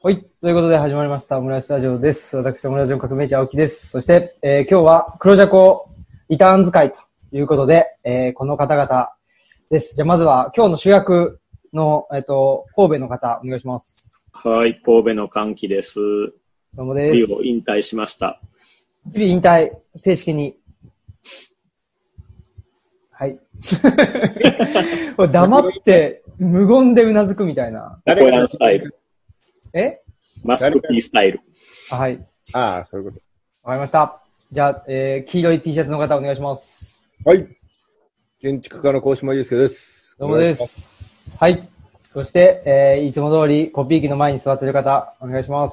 はい。ということで始まりました、オムライスラジオです。私、オムラジオ革命児青木です。そして、今日は黒ジャコリターンズ会ということで、この方々です。じゃあまずは今日の主役の、神戸の方、お願いします。 はい、神戸の歓喜です。 どうもです。 日々を引退しました。 日々引退、正式に。はい。黙って無言でうなずくみたいな。 コヤンスタイル。マスク P スタイル。 はい。 ああ、そういうこと。 わかりました。じゃあ、黄色い T シャツの方お願いします。 はい。建築家の高島祐介です。 どうもです。はい。そして、いつも通りコピー機の前に座っている方、お願いします。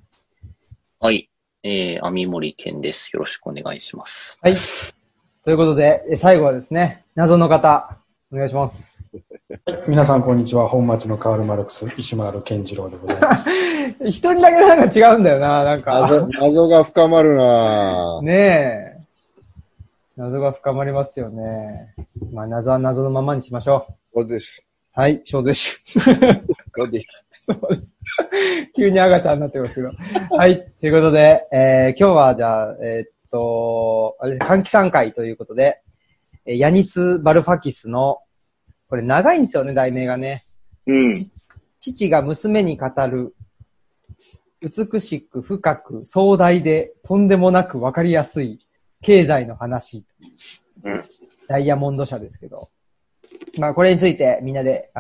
はい。網森健です。よろしくお願いします。 はい。ということで、最後はですね、謎の方、お願いします。 はい、皆さんこんにちは。本町のカール・マルクス、石丸健次郎でございます。 一人だけなんか違うんだよな、なんか。 謎が深まるなねえ。謎が深まりますよね。まあ、謎は謎のままにしましょう。そうです。 はい、そうです。 そうです。 急に赤ちゃんになってますけど。はい、ということで、今日はじゃあ、換気3回ということで、ヤニス・バルファキスの、これ長いんですよね、題名がね。父が娘に語る、美しく深く壮大でとんでもなくわかりやすい経済の話。ダイヤモンド社ですけど。まあこれについてみんなで、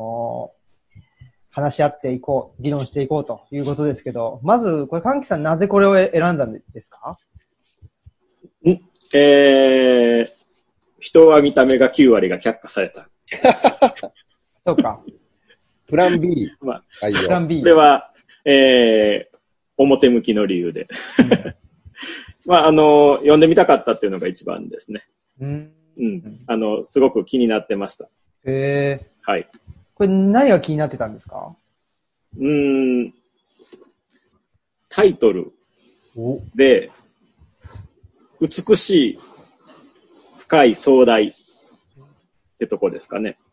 話し合っていこう、議論していこうということですけど、まず、これ、かんきさんなぜこれを選んだんですか？ 人は見た目が9割が却下された。 そうか。 プラン B。 まあ、 プラン B。 これは、表向きの理由で。まあ、読んでみたかったっていうのが一番ですね。すごく気になってました。 はい。これ何が気になってたんですか？ タイトルで、美しい、深い、壮大ってとこですかね。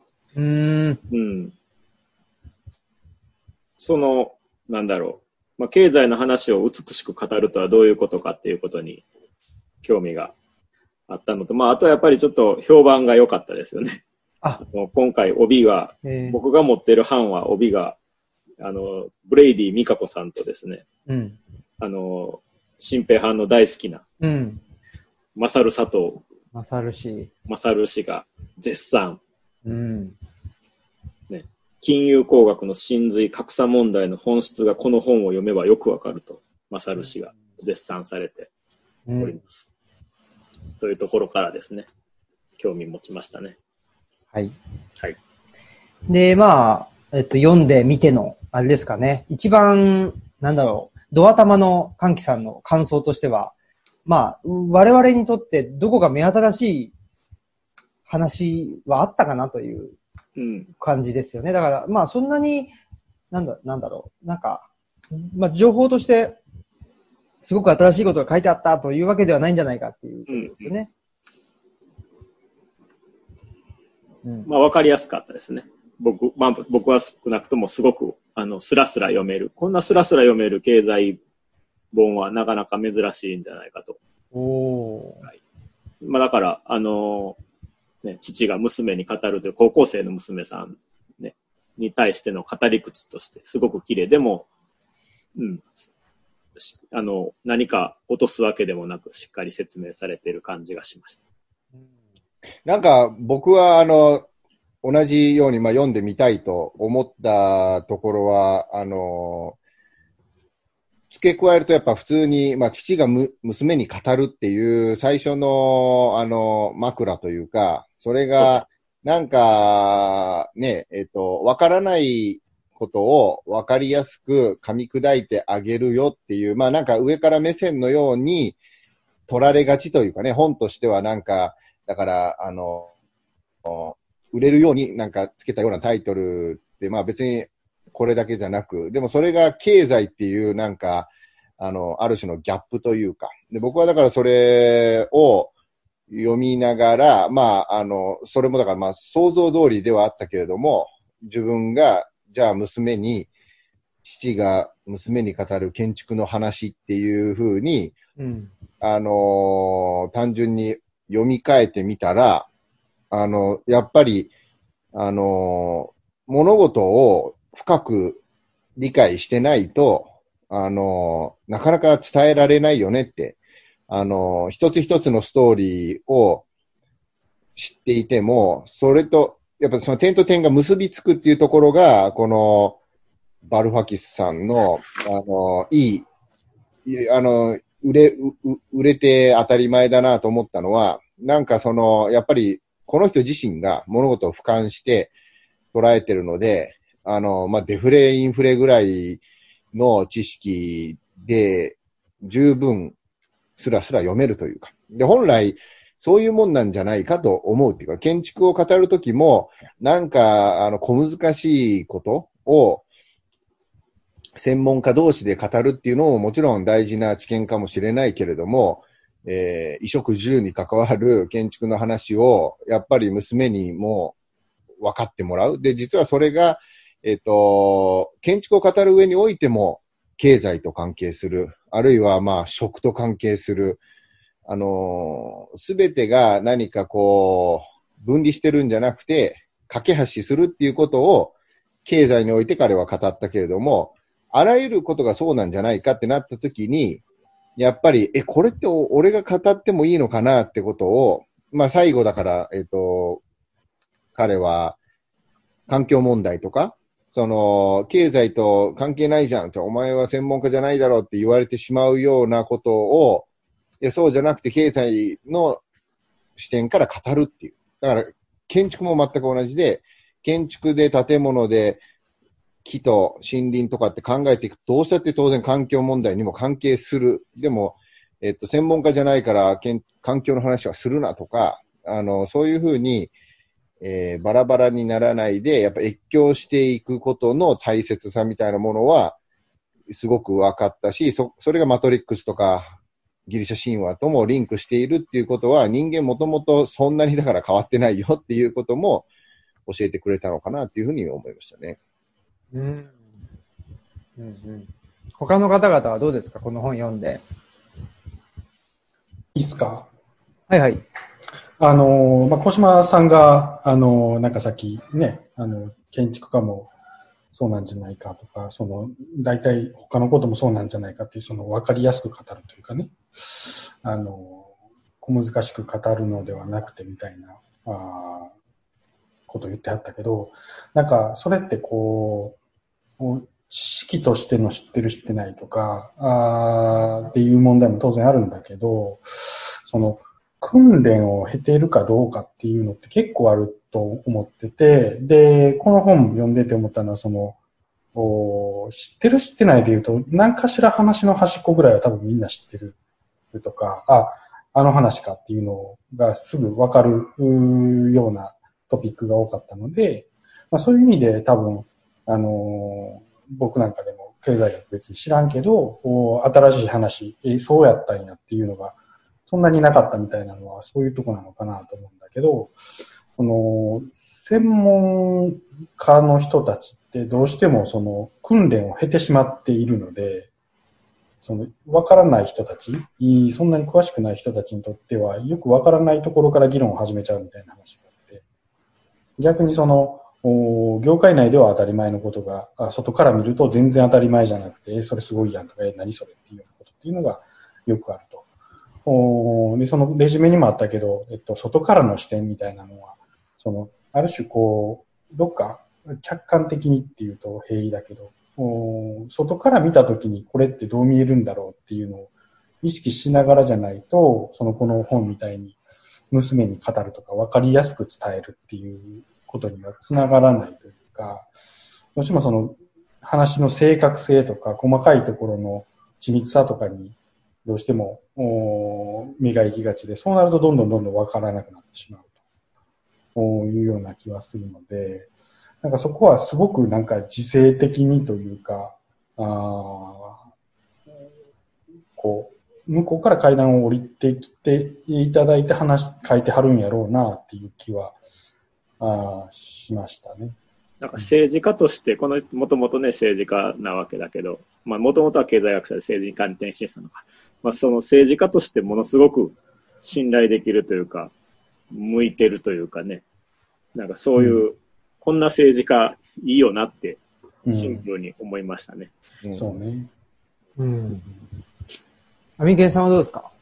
なんだろう。まあ、経済の話を美しく語るとはどういうことかっていうことに興味があったのと、まあ、あとはやっぱりちょっと評判が良かったですよね。今回帯は、僕が持ってる版は帯が、ブレイディ・ミカコさんとですね、新平版の大好きな、マサル佐藤マサル氏が絶賛、ね、金融工学の真髄格差問題の本質がこの本を読めばよくわかるとマサル氏が絶賛されております、というところからですね、興味持ちましたね。 はい。はい。で、まあ、読んでみての、あれですかね。一番、なんだろう、ドア玉の歓喜さんの感想としては、まあ、我々にとってどこか目新しい話はあったかなという感じですよね。だから、まあ、そんなに、なんだろう、なんか、まあ、情報として、すごく新しいことが書いてあったというわけではないんじゃないかっていうことですよね。 まあ、わかりやすかったですね。僕は少なくともすごく、スラスラ読める。こんなスラスラ読める経済本はなかなか珍しいんじゃないかと。はい、まあ、だから、ね、父が娘に語るという高校生の娘さん、ね、に対しての語り口としてすごく綺麗でも、何か落とすわけでもなくしっかり説明されている感じがしました。 なんか僕は同じように読んでみたいと思ったところは、付け加えるとやっぱ普通に、父が娘に語るっていう最初の枕というか、それがなんかね、わからないことをわかりやすく噛み砕いてあげるよっていう、なんか上から目線のように取られがちというかね、本としてはなんか、だから、売れるようになんかつけたようなタイトルって、別にこれだけじゃなく、でもそれが経済っていうなんか、ある種のギャップというか、で、僕はだからそれを読みながら、それもだから想像通りではあったけれども、自分が、じゃあ娘に父が娘に語る建築の話っていう風に、 うん。 単純に読み替えてみたら、やっぱり、物事を深く理解してないと、なかなか伝えられないよねって、一つ一つのストーリーを知っていても、それと、やっぱその点と点が結びつくっていうところが、この、バルファキスさんの、売れて当たり前だなと思ったのは、なんかやっぱり、この人自身が物事を俯瞰して捉えてるので、デフレ、インフレぐらいの知識で十分スラスラ読めるというか。で、本来、そういうもんなんじゃないかと思うっていうか、建築を語るときも、なんか、小難しいことを、専門家同士で語るっていうのももちろん大事な知見かもしれないけれども、衣食住に関わる建築の話を、やっぱり娘にも分かってもらう。で、実はそれが、建築を語る上においても、経済と関係する。あるいは、食と関係する。すべてが何か分離してるんじゃなくて、架け橋するっていうことを、経済において彼は語ったけれども、あらゆることがそうなんじゃないかってなったときに、やっぱり、これって俺が語ってもいいのかなってことを、最後だから、彼は、環境問題とか、経済と関係ないじゃんと、お前は専門家じゃないだろうって言われてしまうようなことを、そうじゃなくて経済の視点から語るっていう。だから、建築も全く同じで、建築で建物で、木と森林とかって考えていくと、どうしたって当然環境問題にも関係する。でも、専門家じゃないから環境の話はするなとか、そういうふうに、バラバラにならないで、やっぱ越境していくことの大切さみたいなものは、すごく分かったし、それがマトリックスとか、ギリシャ神話ともリンクしているっていうことは、人間もともとそんなにだから変わってないよっていうことも教えてくれたのかなっていうふうに思いましたね。 他の方々はどうですか、この本読んで。 いいっすか？ はいはい。 小島さんが、なんかさっきね、建築家もそうなんじゃないかとか、大体他のこともそうなんじゃないかっていう、分かりやすく語るというかね、小難しく語るのではなくてみたいな、ことを言ってあったけど、なんか、それって知識としての知ってる知ってないとか、っていう問題も当然あるんだけど、訓練を経ているかどうかっていうのって結構あると思ってて、で、この本読んでて思ったのは、知ってる知ってないで言うと、何かしら話の端っこぐらいは多分みんな知ってるとか、あの話かっていうのがすぐわかるようなトピックが多かったので、そういう意味で多分、僕なんかでも経済学別に知らんけど、新しい話、そうやったんやっていうのがそんなになかったみたいなのはそういうとこなのかなと思うんだけど、専門家の人たちってどうしても訓練を経てしまっているので、わからない人たち、そんなに詳しくない人たちにとってはよくわからないところから議論を始めちゃうみたいな話があって、逆に業界内では当たり前のことが、外から見ると全然当たり前じゃなくて、それすごいやんとか、何それっていうようなことっていうのがよくあると。で、レジュメにもあったけど、外からの視点みたいなのは、ある種どっか客観的にっていうと平易だけど、外から見たときにこれってどう見えるんだろうっていうのを意識しながらじゃないと、この本みたいに娘に語るとか分かりやすく伝えるっていうことにはつながらないというか、どうしても話の正確性とか細かいところの緻密さとかにどうしても目が行きがちで、そうなるとどんどん分からなくなってしまうというような気はするので、なんかそこはすごくなんか自制的にというか、向こうから階段を降りてきていただいて書いてはるんやろうなっていう気はしましたね。 なんか政治家として、このもともとね、政治家なわけだけど、まあもともとは経済学者で政治家に転身したのか。まあその政治家としてものすごく信頼できるというか、向いてるというかね、なんかそういう、こんな政治家いいよなってシンプルに思いましたね。 そうね。 アミケンさんはどうですか？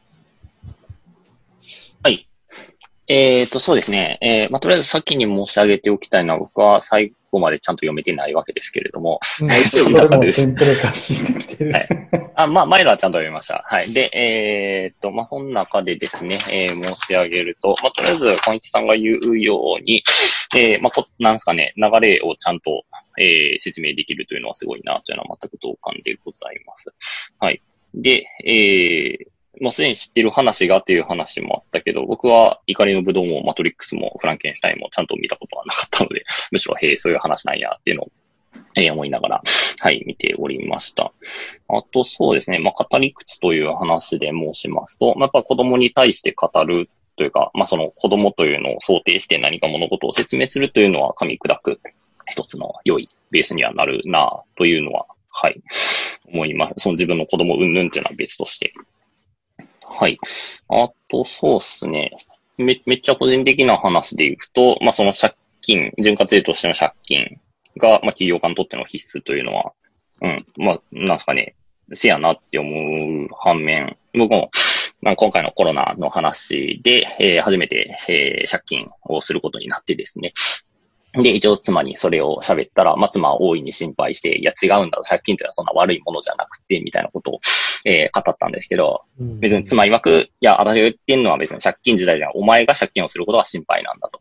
はい。そうですね。まあ、とりあえず先に申し上げておきたいのは、僕は最後までちゃんと読めてないわけですけれども。 それもテンプレ化してきてる。 はい。まあ、前のはちゃんと読みました。はい。で、まあ、その中でですね、申し上げると、まあ、とりあえず、小西さんが言うように、まあ、なんですかね、流れをちゃんと、説明できるというのはすごいな、というのは全く同感でございます。はい。で、もうすでに知ってる話がという話もあったけど、僕は怒りのブドウもマトリックスもフランケンシュタインもちゃんと見たことはなかったので、むしろ、そういう話なんやっていうのを、思いながら、はい、見ておりました。あと、そうですね、まあ、語り口という話で申しますと、まあ、やっぱ子供に対して語るというか、まあ、その子供というのを想定して何か物事を説明するというのは噛み砕く一つの良いベースにはなるなというのは、はい、思います。その自分の子供云々というのは別として。はい。あと、そうですね。めっちゃ個人的な話でいくと、まあ、その借金、潤滑油としての借金が、まあ、企業家にとっての必須というのは、まあ、なんすかね、せやなって思う反面、僕も、今回のコロナの話で、初めて、借金をすることになってですね。で、一応妻にそれを喋ったら、まあ、妻は大いに心配して、いや違うんだ、借金というのはそんな悪いものじゃなくて、みたいなことを、語ったんですけど、別に妻曰く、いや、私が言ってんのは別に借金時代じゃない、お前が借金をすることが心配なんだと。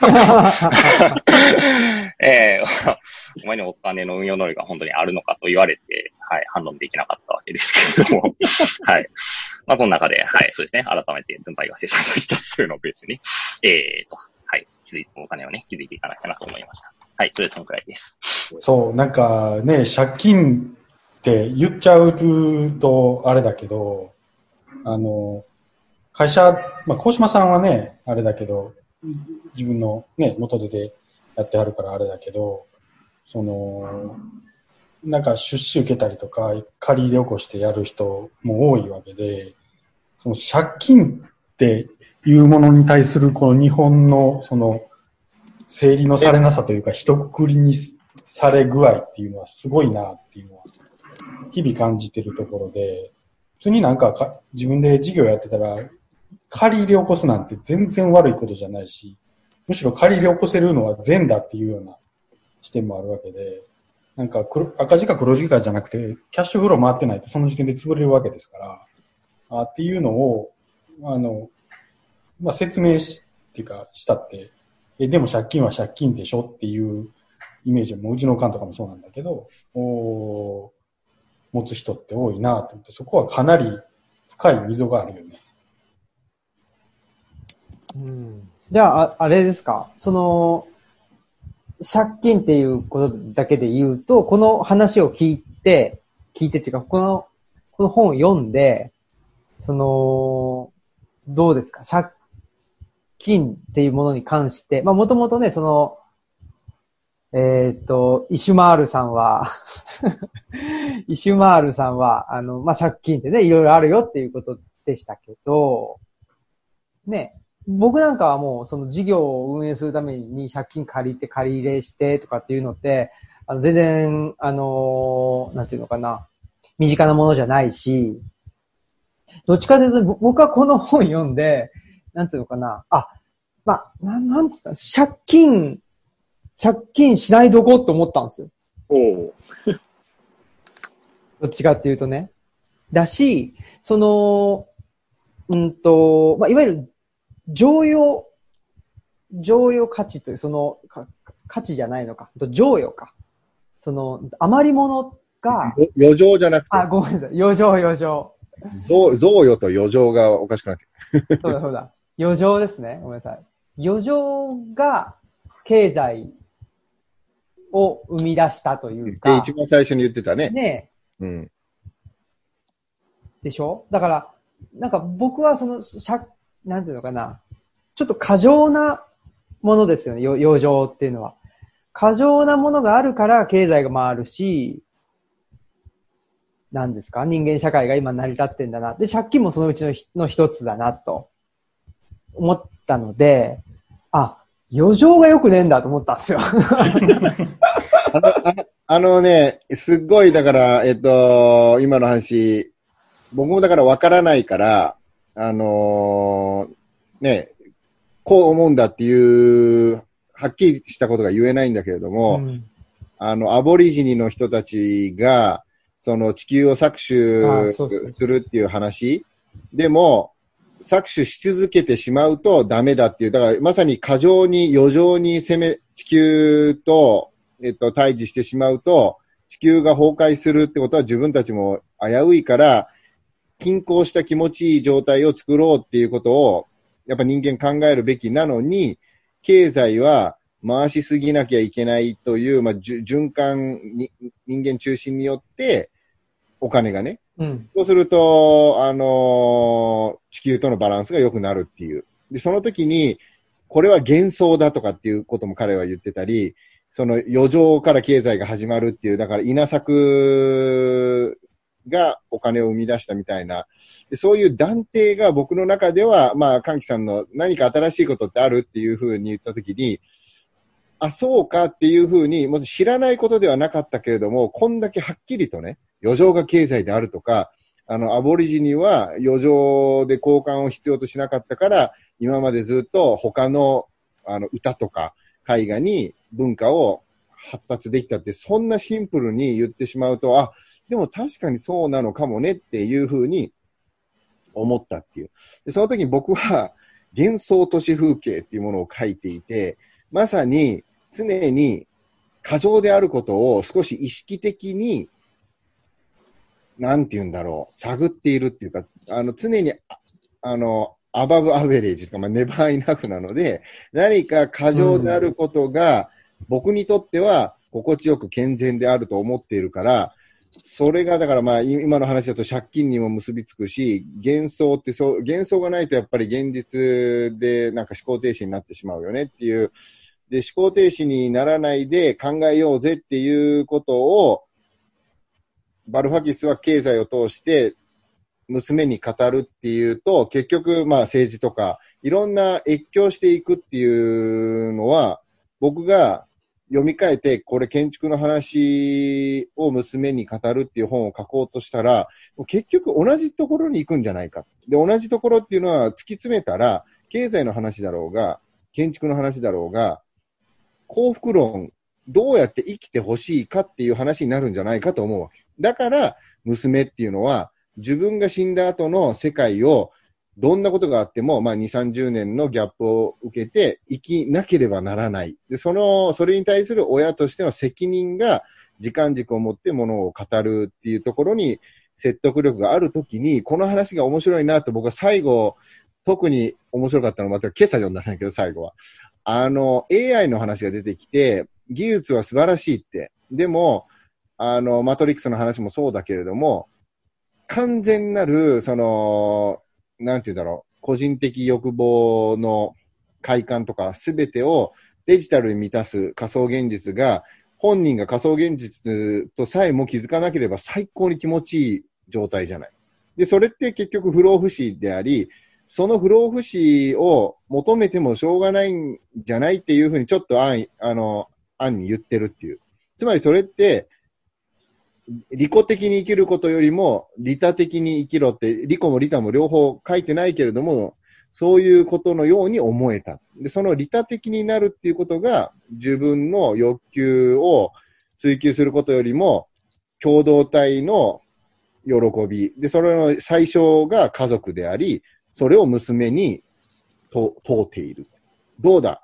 お前にお金の運用能力が本当にあるのかと言われて、はい、反論できなかったわけですけれども、はい。まあ、その中で、はい、そうですね、改めて分配が生産されたというのをベースに、はい、お金をね、気づいていかなきゃなと思いました。はい、とりあえずそのくらいです。 そう、なんかね、借金って言っちゃうとあれだけど、会社、まあ、鴻島さんはね、あれだけど、自分のね、元手でやってはるからあれだけど、なんか出資受けたりとか、借り入れ起こしてやる人も多いわけで、その借金っていうものに対するこの日本の整理のされなさというか、一括りにされ具合っていうのはすごいなっていうのは、日々感じてるところで、普通になんか自分で事業やってたら、借り入れ起こすなんて全然悪いことじゃないし、むしろ借り入れ起こせるのは善だっていうような視点もあるわけで、なんか赤字か黒字かじゃなくて、キャッシュフロー回ってないとその時点で潰れるわけですから、っていうのを、まあ、説明っていうか、したって、でも借金は借金でしょっていうイメージも、うちのおかんとかもそうなんだけど、持つ人って多いなと思って、そこはかなり深い溝があるよね。 じゃあ、あれですか、借金っていうことだけで言うと、この話を聞いてっていうか、この本を読んで、どうですか、借金っていうものに関して、まあもともとね、イシュマールさんは、まあ借金ってね、いろいろあるよっていうことでしたけど、ね、僕なんかはもうその事業を運営するために借金借り入れしてとかっていうのって、全然、なんていうのかな、身近なものじゃないし、どっちかというと僕はこの本読んで、なんていうのかな、まあ、なんつった、借金しないどこって思ったんですよ。どっちかっていうとね。だし、まあ、いわゆる、剰余価値という、価値じゃないのか。剰余か。余り物が。 余剰じゃなくて。 ごめんなさい。余剰。 贈与と余剰がおかしくなって。 そうだ。余剰ですね。ごめんなさい。余剰が経済を生み出したというか。 一番最初に言ってたね。 ねえ。うん。でしょ？だから、なんか僕はなんていうのかな。ちょっと過剰なものですよね。余剰っていうのは。 過剰なものがあるから経済が回るし、何ですか、人間社会が今成り立ってんだな。で、借金もそのうちの一つだなと思ったので、余剰が良くねえんだと思ったんですよ。 すっごい、だから、今の話、僕もだから分からないから、こう思うんだっていう、はっきりしたことが言えないんだけれども、アボリジニの人たちが、その地球を搾取するっていう話でも、搾取し続けてしまうとダメだっていう、だからまさに過剰に余剰に地球と、対峙してしまうと、地球が崩壊するってことは自分たちも危ういから、均衡した気持ちいい状態を作ろうっていうことを、やっぱ人間考えるべきなのに、経済は回しすぎなきゃいけないという、循環に、人間中心によって、お金がね。そうすると、地球とのバランスが良くなるっていう。で、その時に、これは幻想だとかっていうことも彼は言ってたり、その余剰から経済が始まるっていう、だから稲作がお金を生み出したみたいな、でそういう断定が僕の中では、歓喜さんの何か新しいことってあるっていうふうに言ったときに、そうかっていうふうに、もう知らないことではなかったけれども、こんだけはっきりとね、余剰が経済であるとか、アボリジニは余剰で交換を必要としなかったから、今までずっと他の、歌とか絵画に文化を発達できたって、そんなシンプルに言ってしまうと、でも確かにそうなのかもねっていうふうに思ったっていう。で、その時に僕は幻想都市風景っていうものを書いていて、まさに常に過剰であることを少し意識的に、なんて言うんだろう、探っているっていうか、常に、アバブアベレージとか、ネバーイナフなので、何か過剰であることが、僕にとっては心地よく健全であると思っているから、それがだから今の話だと借金にも結びつくし、幻想がないとやっぱり現実でなんか思考停止になってしまうよねっていう。で、思考停止にならないで考えようぜっていうことを、バルファキスは経済を通して娘に語るっていうと、結局政治とかいろんな越境していくっていうのは、僕が読み替えて、これ建築の話を娘に語るっていう本を書こうとしたら、結局同じところに行くんじゃないか。で、同じところっていうのは突き詰めたら、経済の話だろうが、建築の話だろうが、幸福論、どうやって生きてほしいかっていう話になるんじゃないかと思うわけ。だから、娘っていうのは、自分が死んだ後の世界を、どんなことがあっても、2、30年のギャップを受けて生きなければならない。で、それに対する親としての責任が、時間軸を持ってものを語るっていうところに説得力があるときに、この話が面白いなと僕は最後、特に面白かったのは、また今朝読んだんだけど、最後は。AI の話が出てきて、技術は素晴らしいって。でも、マトリックスの話もそうだけれども、完全なる、なんて言うんだろう、個人的欲望の快感とかすべてをデジタルに満たす仮想現実が、本人が仮想現実とさえも気づかなければ最高に気持ちいい状態じゃない。で、それって結局不老不死であり、その不老不死を求めてもしょうがないんじゃないっていうふうにちょっと案に言ってるっていう。つまりそれって、利己的に生きることよりも利他的に生きろって、利己も利他も両方書いてないけれども、そういうことのように思えた。で、その利他的になるっていうことが自分の欲求を追求することよりも共同体の喜び。で、それの最小が家族であり、それを娘に問うている。どうだ？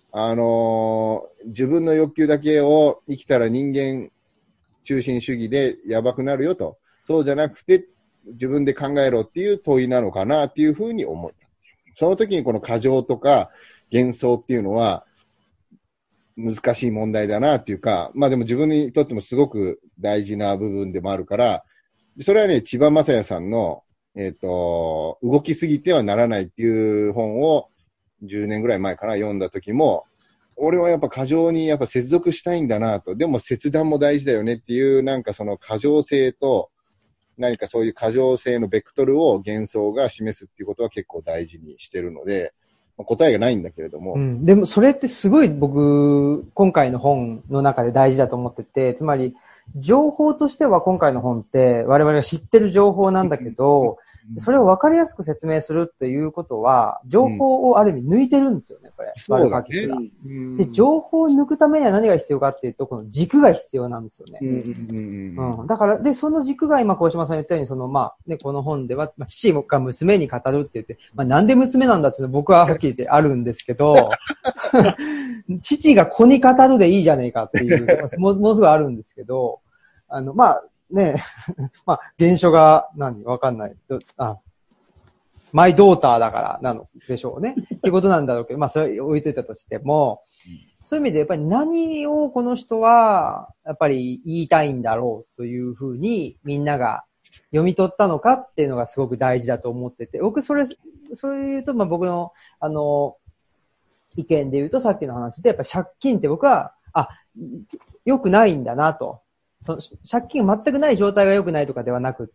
自分の欲求だけを生きたら人間中心主義でやばくなるよと。そうじゃなくて自分で考えろっていう問いなのかなっていうふうに思った。その時にこの過剰とか幻想っていうのは難しい問題だなっていうか、でも自分にとってもすごく大事な部分でもあるから、それはね、千葉雅也さんの、動きすぎてはならないっていう本を10年ぐらい前から読んだ時も、 俺はやっぱ過剰にやっぱ接続したいんだなと。でも切断も大事だよねっていう、なんかその過剰性と、何かそういう過剰性のベクトルを幻想が示すっていうことは結構大事にしてるので、答えがないんだけれども。 うん。でもそれってすごい僕、今回の本の中で大事だと思ってて、つまり、情報としては今回の本って我々が知ってる情報なんだけど、それを分かりやすく説明するっていうことは、情報をある意味抜いてるんですよね、これ。バルファキスが。で、情報を抜くためには何が必要かっていうと、この軸が必要なんですよね。だから、で、その軸が今、小島さん言ったように、その、ね、この本では、父が娘に語るって言って、なんで娘なんだっていうのは僕ははっきり言ってあるんですけど、父が子に語るでいいじゃねえかっていう、ものすごいあるんですけど、ね原書がわかんない。マイドーターだからなのでしょうね。っていうことなんだろうけど、それ置いといたとしても、そういう意味でやっぱり何をこの人は、やっぱり言いたいんだろうというふうにみんなが読み取ったのかっていうのがすごく大事だと思ってて、僕それ言うと、僕の、意見で言うとさっきの話で、やっぱり借金って僕は、良くないんだなと。借金が全くない状態が良くないとかではなくって、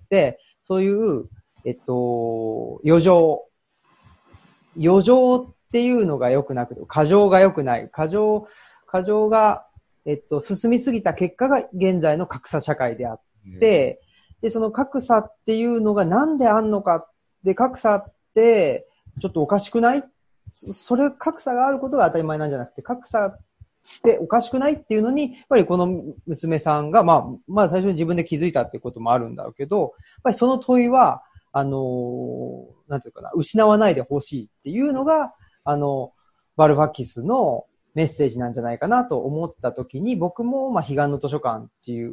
そういう、余剰っていうのが良くなくて、過剰が良くない。過剰が、進みすぎた結果が現在の格差社会であって、で、その格差っていうのがなんであんのかで、格差ってちょっとおかしくない？格差があることが当たり前なんじゃなくて、格差っておかしくないっていうのに、やっぱりこの娘さんが、まあ最初に自分で気づいたっていうこともあるんだろうけど、やっぱりその問いは、なんていうかな、失わないでほしいっていうのが、バルファキスのメッセージなんじゃないかなと思ったときに、僕も、彼岸の図書館っていう、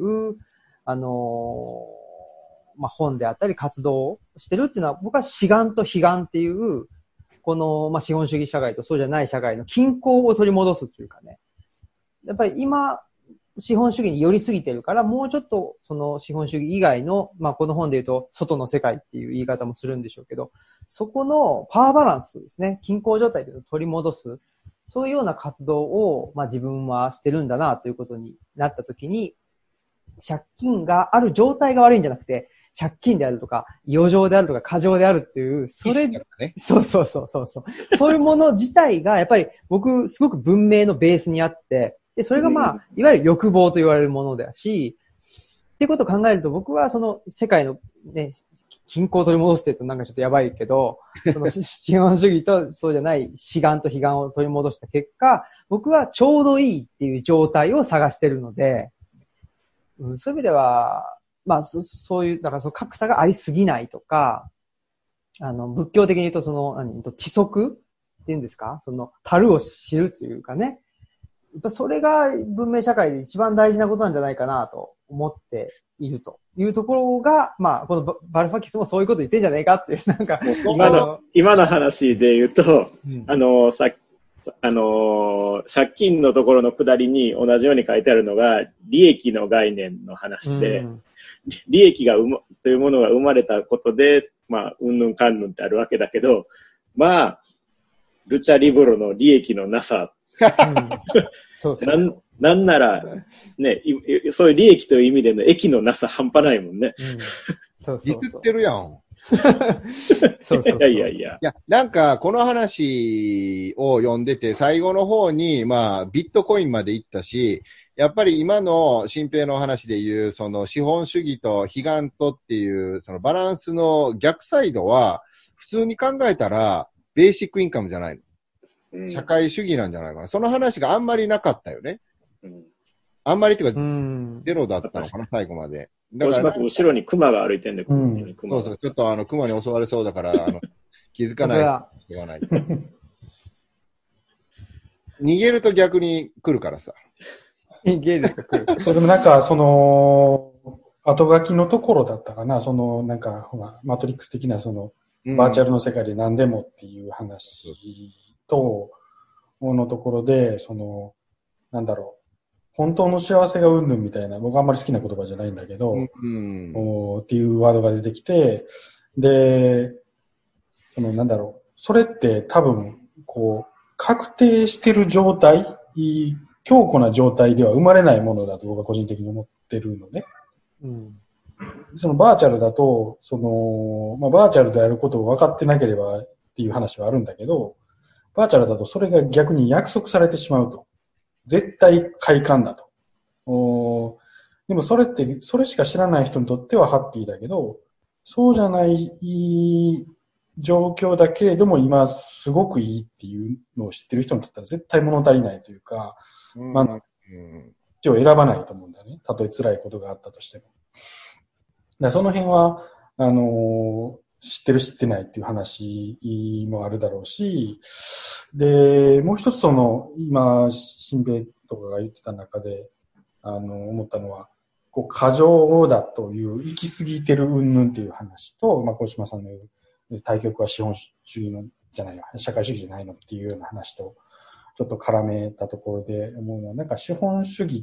本であったり活動をしてるっていうのは、僕は志願と悲願っていう、この、資本主義社会とそうじゃない社会の均衡を取り戻すというかね。やっぱり今、資本主義に寄りすぎてるから、もうちょっと、その資本主義以外の、この本で言うと、外の世界っていう言い方もするんでしょうけど、そこのパワーバランスですね。均衡状態で取り戻す。そういうような活動を、自分はしてるんだな、ということになったときに、借金がある状態が悪いんじゃなくて、借金であるとか、余剰であるとか、過剰であるっていう、それ、そう。そういうもの自体が、やっぱり僕、すごく文明のベースにあって、で、それがいわゆる欲望と言われるものだし、ってことを考えると僕はその世界のね、均衡を取り戻してるとなんかちょっとやばいけど、その資本主義とそうじゃない志願と悲願を取り戻した結果、僕はちょうどいいっていう状態を探してるので、そういう意味では、そういう、だからその格差がありすぎないとか、仏教的に言うとその、知足っていうんですか？その、樽を知るというかね。やっぱそれが文明社会で一番大事なことなんじゃないかなと思っているというところが、このバルファキスもそういうこと言ってんじゃねえかっていう、なんか。 今の話で言うと、借金のところの下りに同じように書いてあるのが、利益の概念の話で、利益というものが生まれたことで、うんぬんかんぬんってあるわけだけど、ルチャリブロの利益のなさ、なんなら、ね、そういう利益という意味での益のなさ半端ないもんね。 ディスってるやん。 いや。 いや、なんか、この話を読んでて、最後の方に、ビットコインまで行ったし、やっぱり今の新平の話で言う、その資本主義と悲願とっていう、そのバランスの逆サイドは、普通に考えたら、ベーシックインカムじゃないの。社会主義なんじゃないかな。その話があんまりなかったよね。あんまりっていうか、ゼロだったのかな、最後まで。 だから後ろに熊が歩いてんで、 そう、ちょっと熊に襲われそうだから、気づかない。言わない。逃げると逆に来るからさ。 逃げると来る。 そう、でもなんか、その、後書きのところだったかな、その、なんか、マトリックス的な、その、バーチャルの世界で何でもっていう話と、のところで、その、なんだろう。本当の幸せがうんぬんみたいな、僕あんまり好きな言葉じゃないんだけど、っていうワードが出てきて、で、そのなんだろう、それって多分、確定してる状態、 強固な状態では生まれないものだと僕は個人的に思ってるのね。 うん。 そのバーチャルだと、バーチャルであることを分かってなければっていう話はあるんだけど、バーチャルだとそれが逆に約束されてしまうと。絶対快感だと。でもそれって、それしか知らない人にとってはハッピーだけど、そうじゃない状況だけれども今すごくいいっていうのを知ってる人にとっては絶対物足りないというか、まあ、道を選ばないと思うんだよね。たとえ辛いことがあったとしても。だその辺は、知ってる知ってないっていう話もあるだろうし、で、もう一つ今、新兵とかが言ってた中で、思ったのは、過剰だという行き過ぎてる云々っていう話と、小島さんの言う対極は資本主義のじゃないよ、社会主義じゃないのっていうような話と、ちょっと絡めたところで思うのは、なんか資本主義って、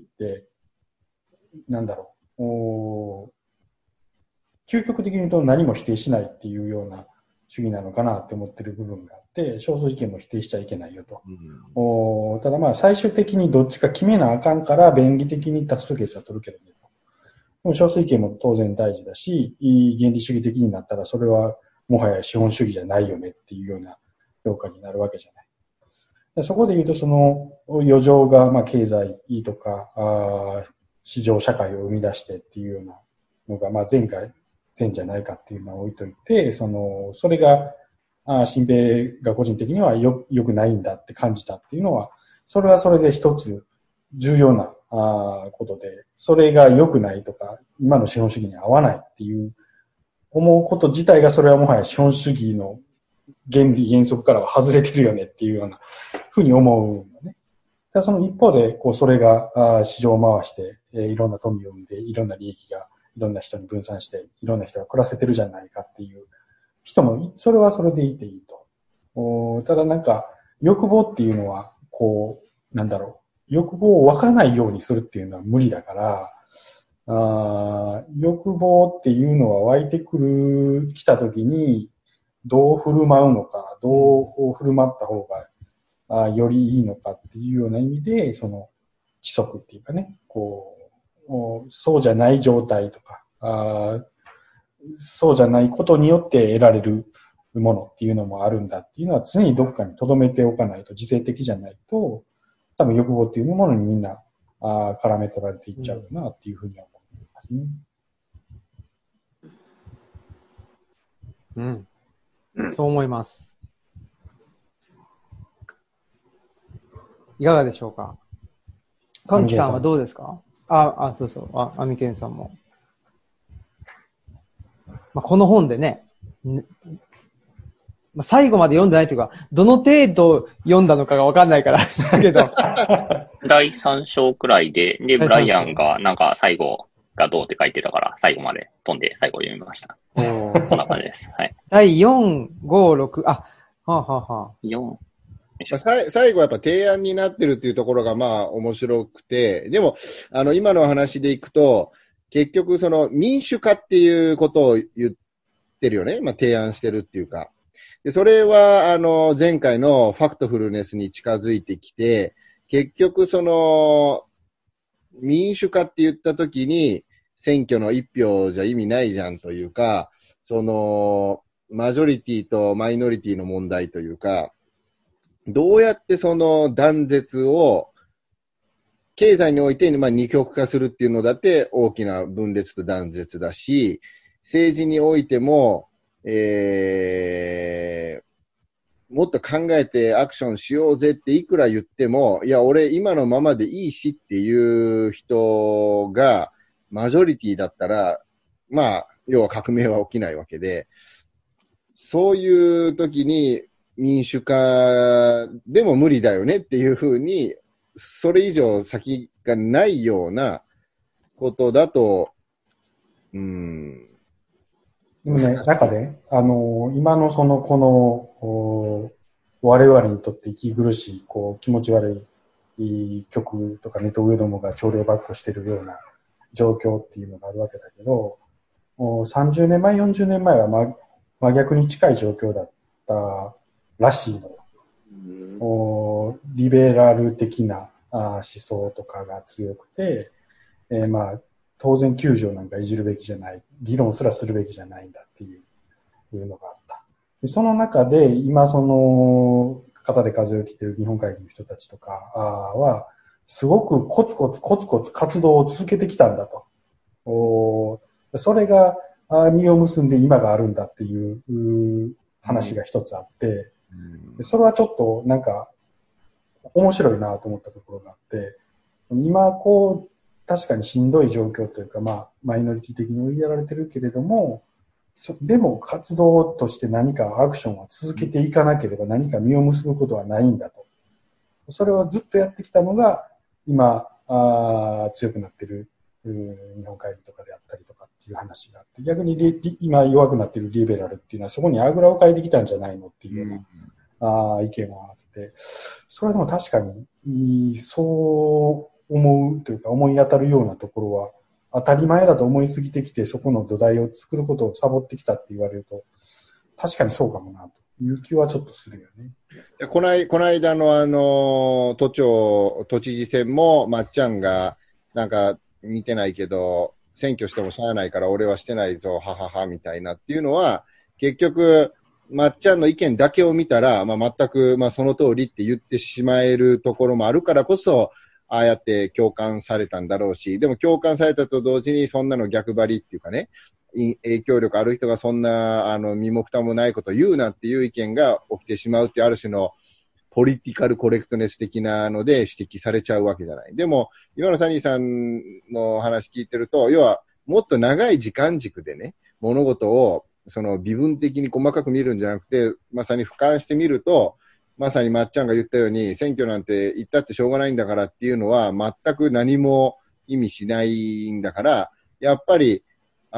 なんだろう、究極的に言うと何も否定しないっていうような主義なのかなって思ってる部分があって、少数意見も否定しちゃいけないよと。ただ最終的にどっちか決めなあかんから便宜的に多数決は取るけどね。でも少数意見も当然大事だし、原理主義的になったらそれはもはや資本主義じゃないよねっていうような評価になるわけじゃない。でそこで言うと余剰が経済とか市場社会を生み出してっていうようなのが前じゃないかっていうのは置いといて、それが、新兵が個人的には良くないんだって感じたっていうのは、それはそれで一つ重要なことで、それが良くないとか、今の資本主義に合わないっていう思うこと自体が、それはもはや資本主義の原理原則からは外れてるよねっていうようなふうに思うのね。その一方で、それが市場を回して、いろんな富を生んで、いろんな利益がいろんな人に分散して、いろんな人が暮らせてるじゃないかっていう人も、それはそれでいていいと。ただ欲望っていうのは、欲望を湧かないようにするっていうのは無理だから、欲望っていうのは湧いてきたときに、どう振る舞うのか、どう振る舞った方が、よりいいのかっていうような意味で、規則っていうかね、そうじゃない状態とか、そうじゃないことによって得られるものっていうのもあるんだっていうのは常にどっかに留めておかないと、自制的じゃないと、多分欲望っていうものにみんな絡め取られていっちゃうなっていうふうには思いますね。 うん。そう思います。いかがでしょうか。かんきさんはどうですか？そうそう。アミケンさんも。この本でね、最後まで読んでないというか、どの程度読んだのかがわかんないからだけど。 第3章くらいで、ブライアンが最後がどうって書いてたから、最後まで飛んで最後読みました。そんな感じです。はい。 第4、5、6、 4。 最後はやっぱ提案になってるっていうところが面白くて、でも、今の話でいくと、結局民主化っていうことを言ってるよね。提案してるっていうか。で、それは、前回のファクトフルネスに近づいてきて、結局民主化って言ったときに、選挙の一票じゃ意味ないじゃんというか、マジョリティとマイノリティの問題というか、どうやって断絶を、経済において二極化するっていうのだって大きな分裂と断絶だし、政治においても、もっと考えてアクションしようぜっていくら言っても、いや、俺今のままでいいしっていう人がマジョリティだったら、要は革命は起きないわけで、そういう時に民主化でも無理だよねっていうふうに、それ以上先がないようなことだと、 でもね、中で、今の我々にとって息苦しい、気持ち悪い曲とかネット上どもが朝礼ばっこしてるような状況っていうのがあるわけだけど、30年前、40年前は真逆に近い状況だったらしいの。リベラル的な、 思想とかが強くて、まあ、当然9条なんかいじるべきじゃない、議論すらするべきじゃないんだっていうのがあった。でその中で、今その、肩で風を切っている日本会議の人たちとかは、すごくコツコツ活動を続けてきたんだと。それが実を結んで今があるんだっていう話が一つあって、それはちょっとなんか面白いなと思ったところがあって、今こう確かにしんどい状況というか、まあマイノリティ的に追いやられてるけれども、でも活動として何かアクションは続けていかなければ何か実を結ぶことはないんだと。それをずっとやってきたのが今強くなっている日本会議とかであったりとかっていう話があって、逆に今弱くなっているリベラルっていうのはそこにあぐらをかいてきたんじゃないのっていうような、意見もあって、それでも確かにそう思うというか思い当たるようなところは当たり前だと思いすぎてきて、そこの土台を作ることをサボってきたって言われると、確かにそうかもなという気はちょっとするよね。 この間の都知事選も、まっちゃんが、なんか見てないけど、選挙してもしゃあないから俺はしてないぞ、ははは、みたいなっていうのは、結局、まっちゃんの意見だけを見たら、まあ、全く、まあ、その通りって言ってしまえるところもあるからこそ、ああやって共感されたんだろうし、でも共感されたと同時にそんなの逆張りっていうかね、影響力ある人がそんな、身も蓋もないことを言うなっていう意見が起きてしまうっていうある種のポリティカルコレクトネス的なので指摘されちゃうわけじゃない。でも、今のサニーさんの話聞いてると、要はもっと長い時間軸でね、物事をその微分的に細かく見るんじゃなくて、まさに俯瞰してみると、まさにまっちゃんが言ったように、選挙なんて言ったってしょうがないんだからっていうのは、全く何も意味しないんだから、やっぱり、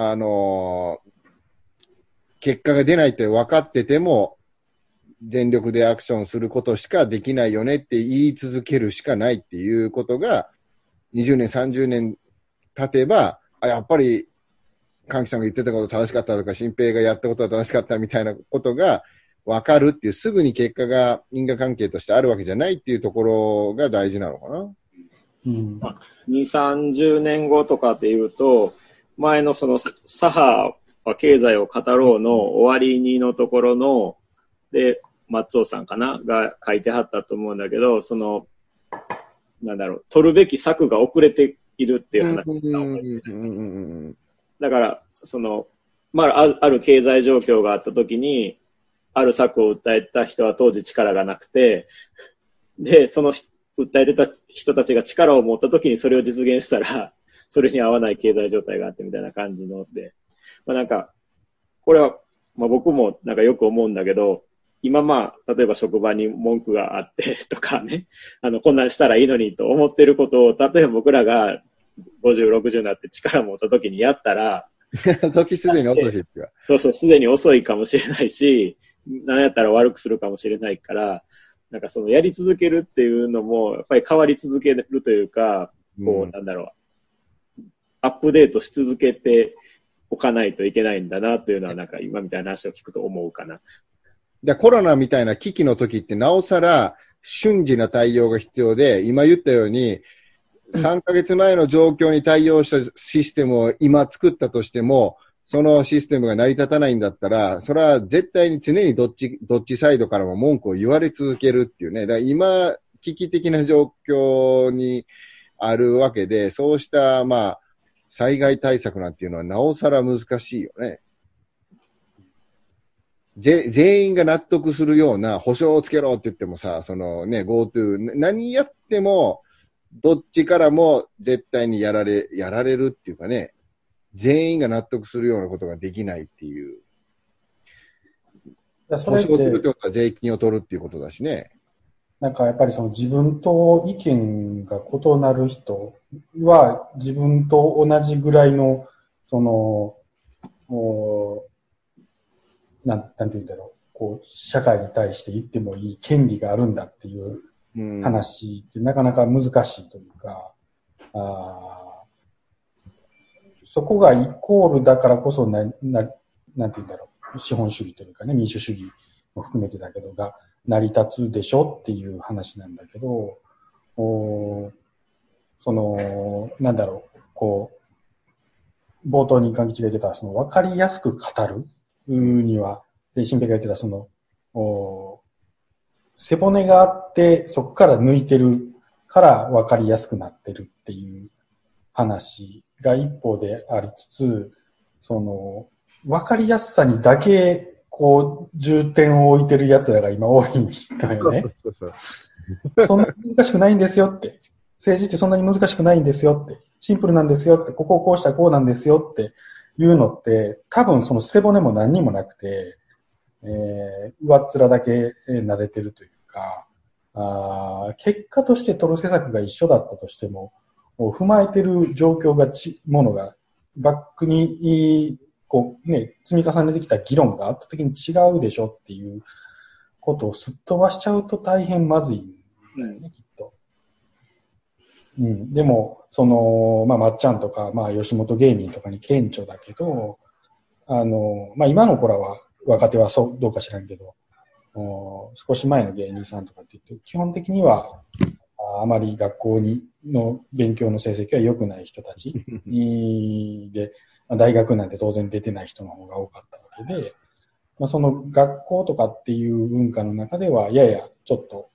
結果が出ないって分かってても、全力でアクションすることしかできないよねって言い続けるしかないっていうことが、20年、30年経てば、やっぱり、歓喜さんが言ってたこと正しかったとか、新平がやったことは正しかったみたいなことが、わかるっていう、すぐに結果が因果関係としてあるわけじゃないっていうところが大事なのかな。 2、30年後とかっていうと、前のその左派は経済を語ろうの終わりにのところの、で、松尾さんかなが書いてはったと思うんだけど、その、なんだろう、取るべき策が遅れているっていう話がだから、その、まあ、ある経済状況があったときに、ある策を訴えた人は当時力がなくて、で、その訴えてた人たちが力を持ったときにそれを実現したら、それに合わない経済状態があってみたいな感じので、まあなんか、これは、まあ僕もなんかよく思うんだけど、今まあ、例えば職場に文句があってとかね、こんなんしたらいいのにと思ってることを、例えば僕らが50、60になって力を持ったときにやったら、 時すでに遅いってか。 そうそう、すでに遅いかもしれないし、なんやったら悪くするかもしれないから、なんかそのやり続けるっていうのも、やっぱり変わり続けるというか、こう、なんだろう、アップデートし続けておかないといけないんだなっていうのは、なんか今みたいな話を聞くと思うかな。 で、コロナみたいな危機の時ってなおさら瞬時な対応が必要で、今言ったように、3ヶ月前の状況に対応したシステムを今作ったとしても、そのシステムが成り立たないんだったら、それは絶対に常にどっちサイドからも文句を言われ続けるっていうね。だから今、危機的な状況にあるわけで、そうした、まあ、災害対策なんていうのはなおさら難しいよね。全員が納得するような保証をつけろって言ってもさ、そのね、GoTo、何やっても、どっちからも絶対にやられるっていうかね、全員が納得するようなことができないっていう。保証するってことは税金を取るっていうことだしね。 なんかやっぱりその自分と意見が異なる人は自分と同じぐらいの、その、なんて言うんだろう、こう、社会に対して言ってもいい権利があるんだっていう話ってなかなか難しいというか、そこがイコールだからこそなんて言うんだろう、資本主義というかね、民主主義も含めてだけどが成り立つでしょっていう話なんだけど、 なんだろう、こう、冒頭に関吉が言ってた、わかりやすく語るには、で、新平が言ってた、背骨があって、そこから抜いてるからわかりやすくなってるっていう話が一方でありつつ、わかりやすさにだけ、こう、重点を置いてる奴らが今多いんだよね。そんなに難しくないんですよって。政治ってそんなに難しくないんですよって。シンプルなんですよって。ここをこうしたらこうなんですよっていうのって、多分その背骨も何にもなくて、上っ面だけ慣れてるというか、結果として取る施策が一緒だったとしても、踏まえてる状況がものが、バックに、こうね、積み重ねてきた議論が圧倒的に違うでしょっていうことをすっ飛ばしちゃうと大変まずいんだよね、きっと。うん。でも、まっちゃんとか、吉本芸人とかに顕著だけど、今の子らは、若手はどうか知らんけど、少し前の芸人さんとかって言って、基本的には、あまり学校の勉強の成績は良くない人たちで、大学なんて当然出てない人の方が多かったわけで、その学校とかっていう文化の中では、ややちょっと、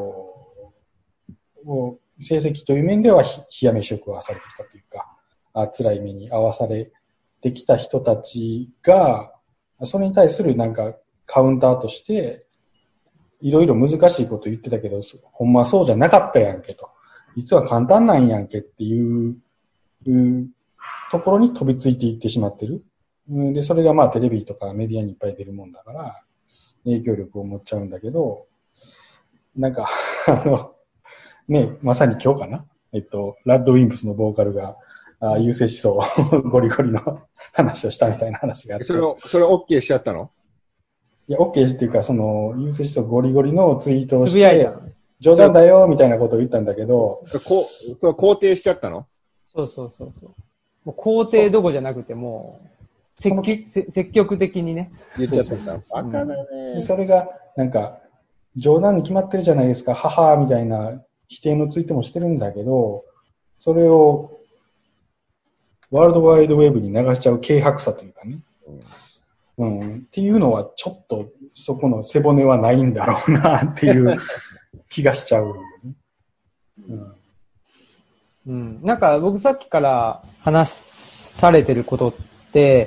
成績という面では冷や飯を食わされてきたというか、辛い目に遭わされてきた人たちが、それに対するなんかカウンターとして、いろいろ難しいこと言ってたけど、ほんまそうじゃなかったやんけと。実は簡単なんやんけっていうところに飛びついていってしまってる。で、それがテレビとかメディアにいっぱい出るもんだから、影響力を持っちゃうんだけど、なんか、ね、まさに今日かなラッドウィンプスのボーカルが、優勢思想ゴリゴリの話をしたみたいな話がある。 それ OK しちゃったの？ いや、OK っていうか、優勢思想ゴリゴリのツイートをして、冗談だよみたいなことを言ったんだけど、 それ肯定しちゃったの？ そう。もう肯定どころじゃなくて、もう、積極的にね。 言っちゃったんだ。バカだね。 それが、なんか、冗談に決まってるじゃないですか、母みたいな否定のツイートもしてるんだけど、それを、ワールドワイドウェブに流しちゃう軽薄さというかね。っていうのは、ちょっと、そこの背骨はないんだろうな、っていう気がしちゃう、 なんか僕さっきから話されてることって、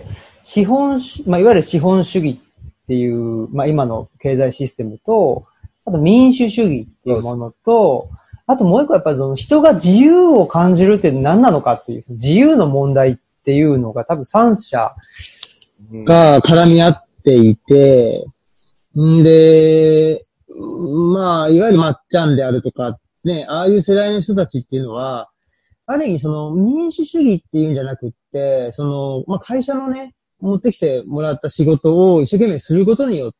いわゆる資本主義っていう、今の経済システムと、あと民主主義っていうものと、あともう一個やっぱりその人が自由を感じるって何なのかっていう、自由の問題っていうのが多分三者が絡み合っていて、で、いわゆるまっちゃんであるとか、ね、ああいう世代の人たちっていうのは、ある意味その民主主義っていうんじゃなくって、会社のね、持ってきてもらった仕事を一生懸命することによって、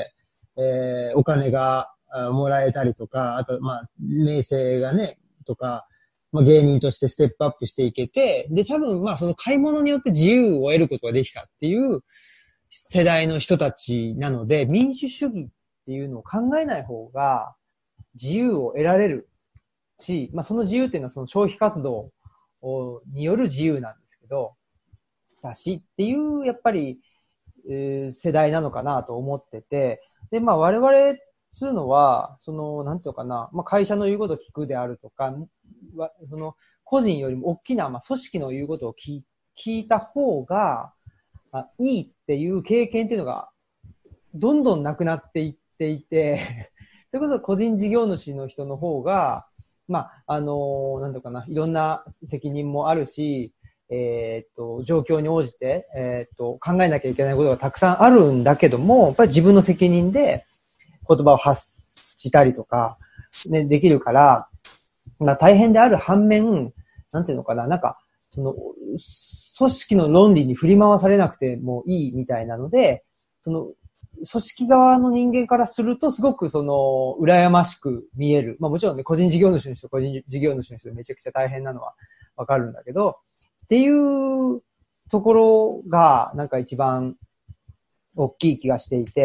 お金がもらえたりとか、あと、名声がね、とか、芸人としてステップアップしていけて、で、多分、その買い物によって自由を得ることができたっていう世代の人たちなので、民主主義っていうのを考えない方が自由を得られるし、その自由っていうのはその消費活動による自由なんですけど、だしっていう、やっぱり、世代なのかなと思ってて、で、我々つうのは、なんていうのかな、会社の言うことを聞くであるとか、その、個人よりも大きな、組織の言うことを聞いた方が、いいっていう経験っていうのが、どんどんなくなっていっていて、それこそ個人事業主の人の方が、なんていうのかな、いろんな責任もあるし、状況に応じて、考えなきゃいけないことがたくさんあるんだけども、やっぱり自分の責任で言葉を発したりとか、ね、できるから、大変である反面、なんていうのかな、なんか、組織の論理に振り回されなくてもいいみたいなので、組織側の人間からするとすごく羨ましく見える。もちろんね、個人事業主の人でめちゃくちゃ大変なのはわかるんだけど、っていうところがなんか一番大きい気がしていて、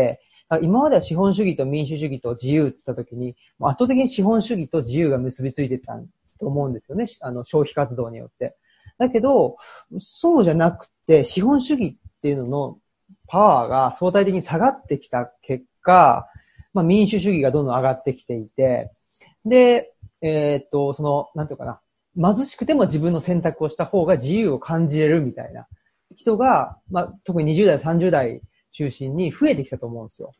今までは資本主義と民主主義と自由って言ったときに、圧倒的に資本主義と自由が結びついてたと思うんですよね。消費活動によって。だけど、そうじゃなくて、資本主義っていうののパワーが相対的に下がってきた結果、民主主義がどんどん上がってきていて、で、なんていうかな、貧しくても自分の選択をした方が自由を感じれるみたいな人が、特に20代、30代中心に増えてきたと思うんですよ。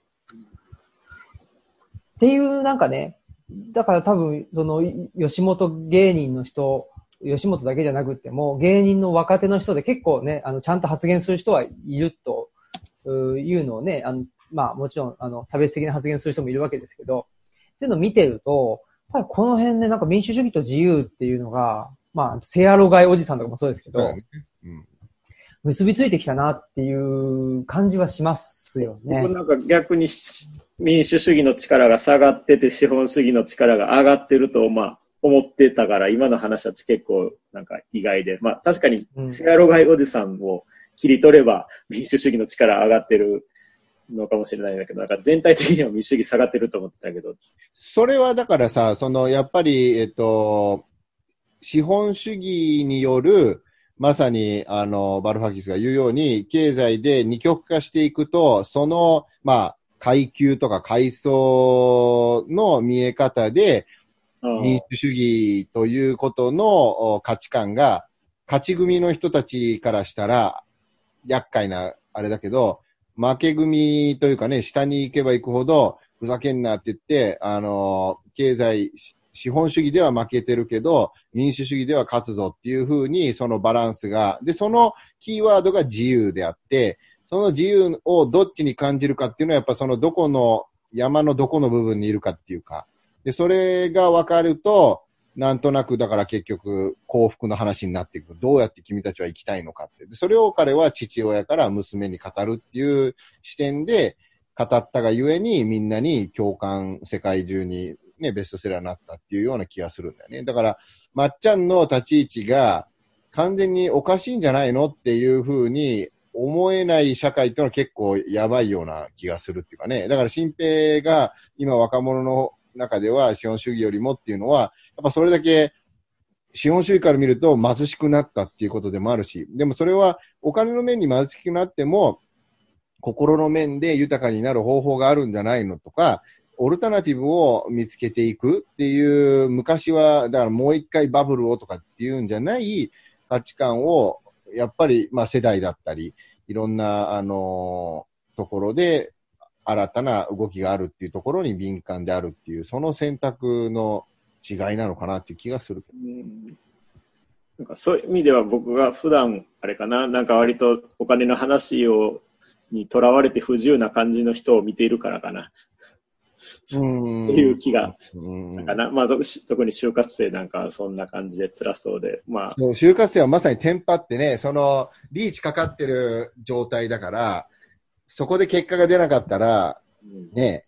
っていうなんかね、だから多分、吉本芸人の人、吉本だけじゃなくても、芸人の若手の人で結構ね、ちゃんと発言する人はいるというのをね、もちろん、差別的な発言する人もいるわけですけど、っていうのを見てると、やっぱりこの辺ね、なんか民主主義と自由っていうのが、セアロガイおじさんとかもそうですけど、結びついてきたなっていう感じはしますよね。 僕なんか逆に民主主義の力が下がってて資本主義の力が上がってると、思ってたから、今の話は結構なんか意外で、確かにセアロガイおじさんを切り取れば民主主義の力上がってるのかもしれないんだけど、なんか全体的には民主主義下がってると思ってたけど。 それはだからさ、やっぱり、資本主義による、まさに、バルファキスが言うように、経済で二極化していくと、階級とか階層の見え方で、民主主義ということの価値観が、勝ち組の人たちからしたら、厄介な、あれだけど、負け組というかね、下に行けば行くほど、ふざけんなって言って、経済、資本主義では負けてるけど、民主主義では勝つぞっていう風に、そのバランスが、で、そのキーワードが自由であって、その自由をどっちに感じるかっていうのは、やっぱどこの、山のどこの部分にいるかっていうか、で、それが分かると、なんとなく、だから結局、幸福の話になっていく。どうやって君たちは生きたいのかって。で、それを彼は父親から娘に語るっていう視点で語ったがゆえに、みんなに共感、世界中にね、ベストセラーになったっていうような気がするんだよね。だから、まっちゃんの立ち位置が完全におかしいんじゃないのっていうふうに思えない社会っていうのは結構やばいような気がするっていうかね。だから、新平が今若者の中では資本主義よりもっていうのは、やっぱそれだけ資本主義から見ると貧しくなったっていうことでもあるし、でもそれはお金の面に貧しくなっても、心の面で豊かになる方法があるんじゃないのとか、オルタナティブを見つけていくっていう、昔は、だからもう一回バブルをとかっていうんじゃない価値観を、やっぱり、世代だったり、いろんな、ところで、新たな動きがあるっていうところに敏感であるっていう、その選択の違いなのかなっていう気がする。 なんかそういう意味では僕が普段、あれかな、なんか割とお金の話にとらわれて不自由な感じの人を見ているからかな。っていう気が、なんかな、特に就活生なんかそんな感じで辛そうで、 そう就活生はまさにテンパってね、リーチかかってる状態だから、そこで結果が出なかったら、ね、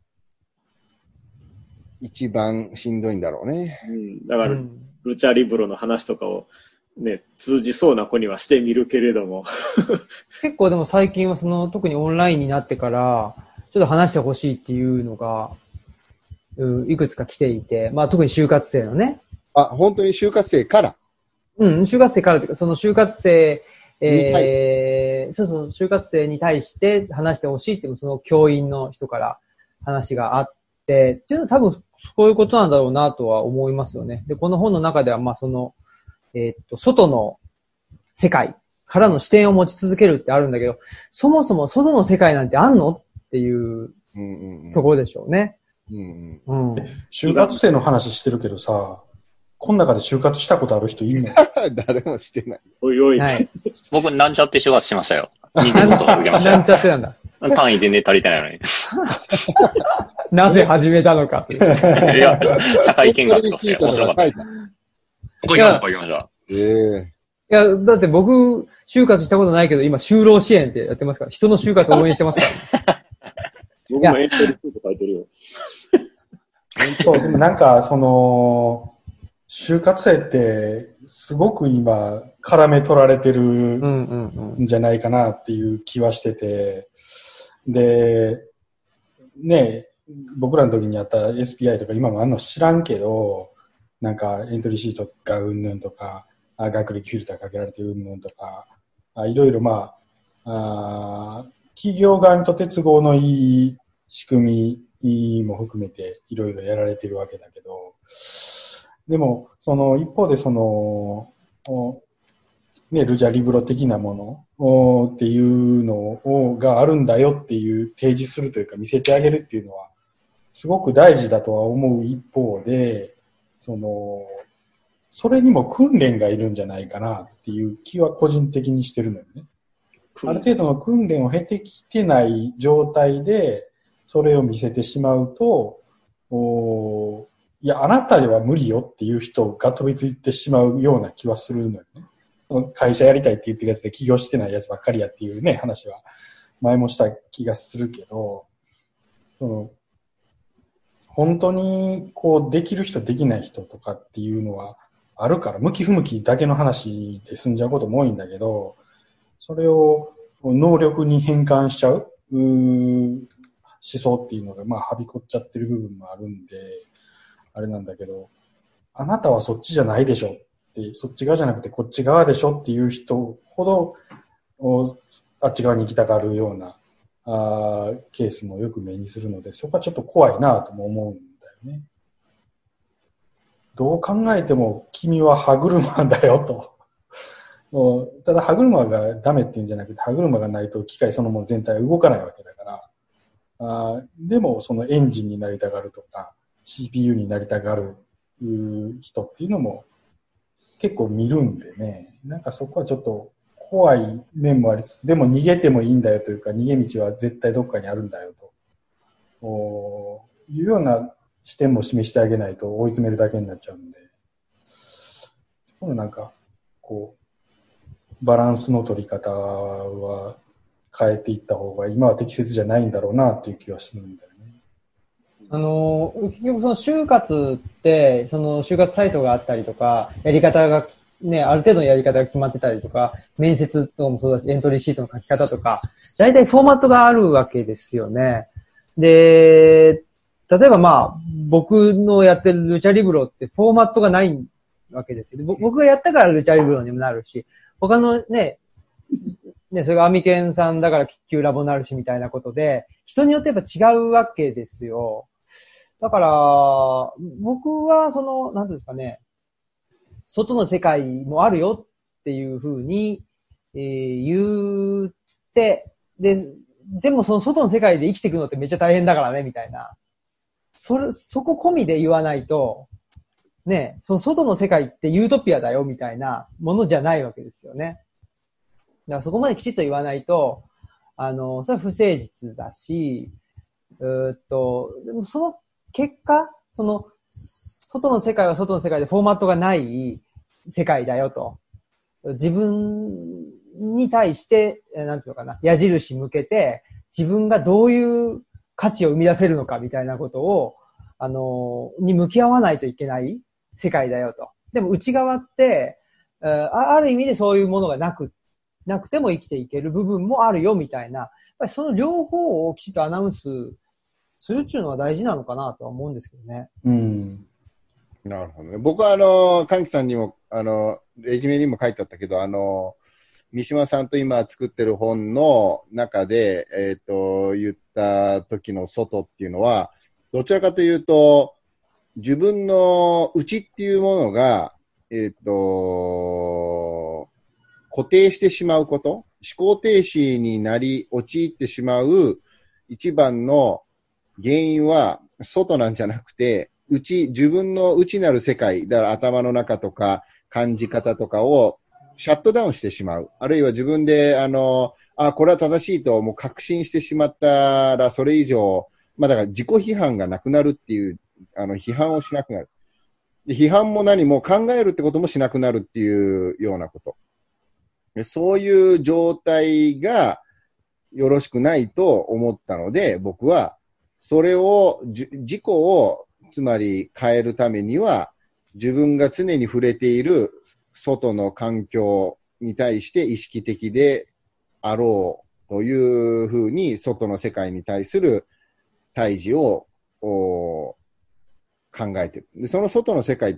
一番しんどいんだろうね。 だから、ルチャリブロの話とかをね、通じそうな子にはしてみるけれども。 結構でも最近は特にオンラインになってから、ちょっと話してほしいっていうのが、いくつか来ていて、特に就活生のね。 本当に就活生から就活生からというか、その就活生、就活生に対して話してほしいっていう、その教員の人から話があって、っていうのは多分そういうことなんだろうなとは思いますよね。で、この本の中では、外の世界からの視点を持ち続けるってあるんだけど、そもそも外の世界なんてあんのっていうところでしょうね。 就活生の話してるけどさ、この中で就活したことある人いるの？ 誰もしてない。 おいおい。 はい、 僕、なんちゃって就活しましたよ。2年と受けましたよ。 なんちゃってなんだ。 単位全然足りてないのに。 なぜ始めたのか。 いや、社会見学として面白かったです。これ読みました。 いや、だって僕、就活したことないけど、今、就労支援ってやってますから、人の就活を応援してますから。 僕もエントリー2と書いてるよ。 そう、でもなんか、就活生って、すごく今、絡め取られてるんじゃないかなっていう気はしてて、で、 ね、僕らの時にあった SPI とか今もあんの知らんけど、なんかエントリーシートがうんぬんとか、学歴フィルターかけられてうんぬんとか、いろいろ企業側にとって都合のいい仕組みも含めていろいろやられてるわけだけど、でも、一方でルジャリブロ的なものっていうのがあるんだよっていう提示するというか見せてあげるっていうのはすごく大事だとは思う一方で、それにも訓練がいるんじゃないかなっていう気は個人的にしてるのよね。ある程度の訓練を経てきてない状態でそれを見せてしまうと、いや、あなたでは無理よっていう人が飛びついてしまうような気はするのよね。会社やりたいって言ってるやつで起業してないやつばっかりやっていうね、話は前もした気がするけど、本当にできる人できない人とかっていうのはあるから、向き不向きだけの話で済んじゃうことも多いんだけど、それを能力に変換しちゃう思想っていうのがはびこっちゃってる部分もあるんで、あれなんだけど、あなたはそっちじゃないでしょって、そっち側じゃなくてこっち側でしょっていう人ほどあっち側に行きたがるようなケースもよく目にするので、そこはちょっと怖いなとも思うんだよね。どう考えても君は歯車だよと。ただ歯車がダメっていうんじゃなくて、歯車がないと機械そのもの全体は動かないわけだから、でもそのエンジンになりたがるとか CPU になりたがる人っていうのも結構見るんでね、なんかそこはちょっと怖い面もありつつ、でも逃げてもいいんだよというか、逃げ道は絶対どっかにあるんだよというような視点も示してあげないと追い詰めるだけになっちゃうんで、このなんかバランスの取り方は変えていった方が今は適切じゃないんだろうなっていう気はするんだよね。 結局その就活って、その就活サイトがあったりとか、やり方がね、ある程度のやり方が決まってたりとか、面接ともそうだし、エントリーシートの書き方とか、大体フォーマットがあるわけですよね。で、例えば僕のやってるルチャリブロってフォーマットがないわけですよ。僕がやったからルチャリブロにもなるし、他のね、それがアミケンさんだからキューラボになるしみたいなことで、人によってやっぱ違うわけですよ。だから、僕はなんていうんですかね、外の世界もあるよっていうふうに、言って、でもその外の世界で生きていくのってめっちゃ大変だからね、みたいな。そこ込みで言わないと、ね、その外の世界ってユートピアだよ、みたいなものじゃないわけですよね。だからそこまできちっと言わないと、それは不誠実だし、でもその結果、外の世界は外の世界でフォーマットがない世界だよと。自分に対して、なんていうのかな、矢印向けて、自分がどういう価値を生み出せるのかみたいなことを、に向き合わないといけない世界だよと。でも内側って、ある意味でそういうものがなくても生きていける部分もあるよみたいな、やっぱりその両方をきちっとアナウンスするっていうのは大事なのかなとは思うんですけどね。 うん。なるほどね。僕は歓喜さんにも、レジュメにも書いてあったけど、三島さんと今作ってる本の中で、言った時の外っていうのは、どちらかというと、自分の内っていうものが、固定してしまうこと、思考停止になり陥ってしまう一番の原因は外なんじゃなくて、自分の内なる世界、だから頭の中とか感じ方とかをシャットダウンしてしまう。あるいは自分で、これは正しいともう確信してしまったら、それ以上、だから自己批判がなくなるっていう、批判をしなくなる。で、批判も何も考えるってこともしなくなるっていうようなこと。で、そういう状態がよろしくないと思ったので、僕は、それを、自己を、つまり変えるためには、自分が常に触れている外の環境に対して意識的であろうというふうに、外の世界に対する対峙を考えてる。で、その外の世界って、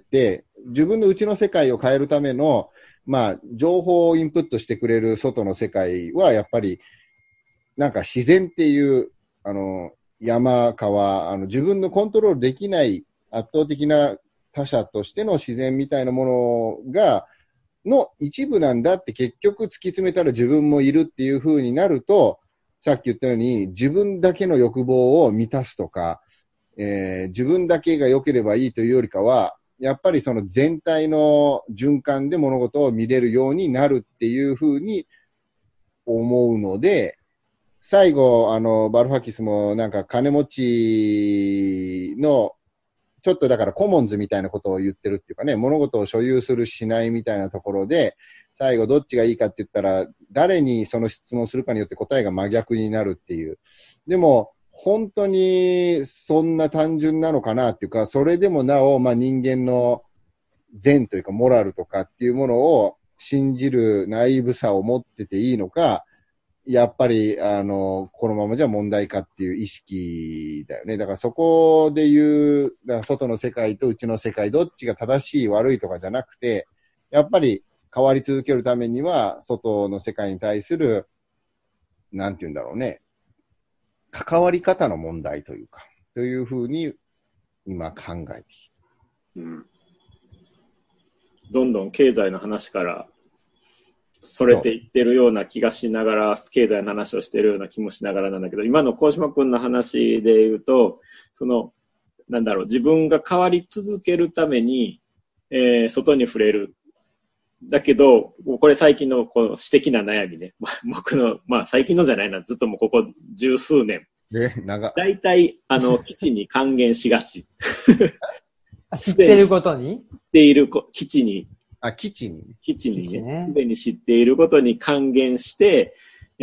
自分の内の世界を変えるための、まあ、情報をインプットしてくれる外の世界は、やっぱり、なんか自然っていう、山、川、自分のコントロールできない圧倒的な他者としての自然みたいなものが、の一部なんだって結局突き詰めたら自分もいるっていう風になると、さっき言ったように自分だけの欲望を満たすとか、自分だけが良ければいいというよりかは、やっぱりその全体の循環で物事を見れるようになるっていう風に思うので、最後、バルファキスもなんか金持ちの、ちょっとだからコモンズみたいなことを言ってるっていうかね、物事を所有するしないみたいなところで、最後どっちがいいかって言ったら、誰にその質問するかによって答えが真逆になるっていう。でも、本当にそんな単純なのかなっていうか、それでもなお、まあ人間の善というかモラルとかっていうものを信じるナイーブさを持ってていいのか、やっぱり、このままじゃ問題かっていう意識だよね。だからそこで言う、だから外の世界と内の世界、どっちが正しい悪いとかじゃなくて、やっぱり変わり続けるためには、外の世界に対する、なんて言うんだろうね。関わり方の問題というか、というふうに今考えている。 うん。どんどん経済の話からそれていってるような気がしながら、経済の話をしてるような気もしながらなんだけど、今の鴻島君の話で言うと、なんだろう、自分が変わり続けるために、外に触れる。だけど、これ最近のこの私的な悩みね。僕の、まあ最近のじゃないな、ずっともうここ十数年。だいたい、基地に還元しがち。 知ってることに知っている基地に。 基地にね。すでに知っていることに還元して、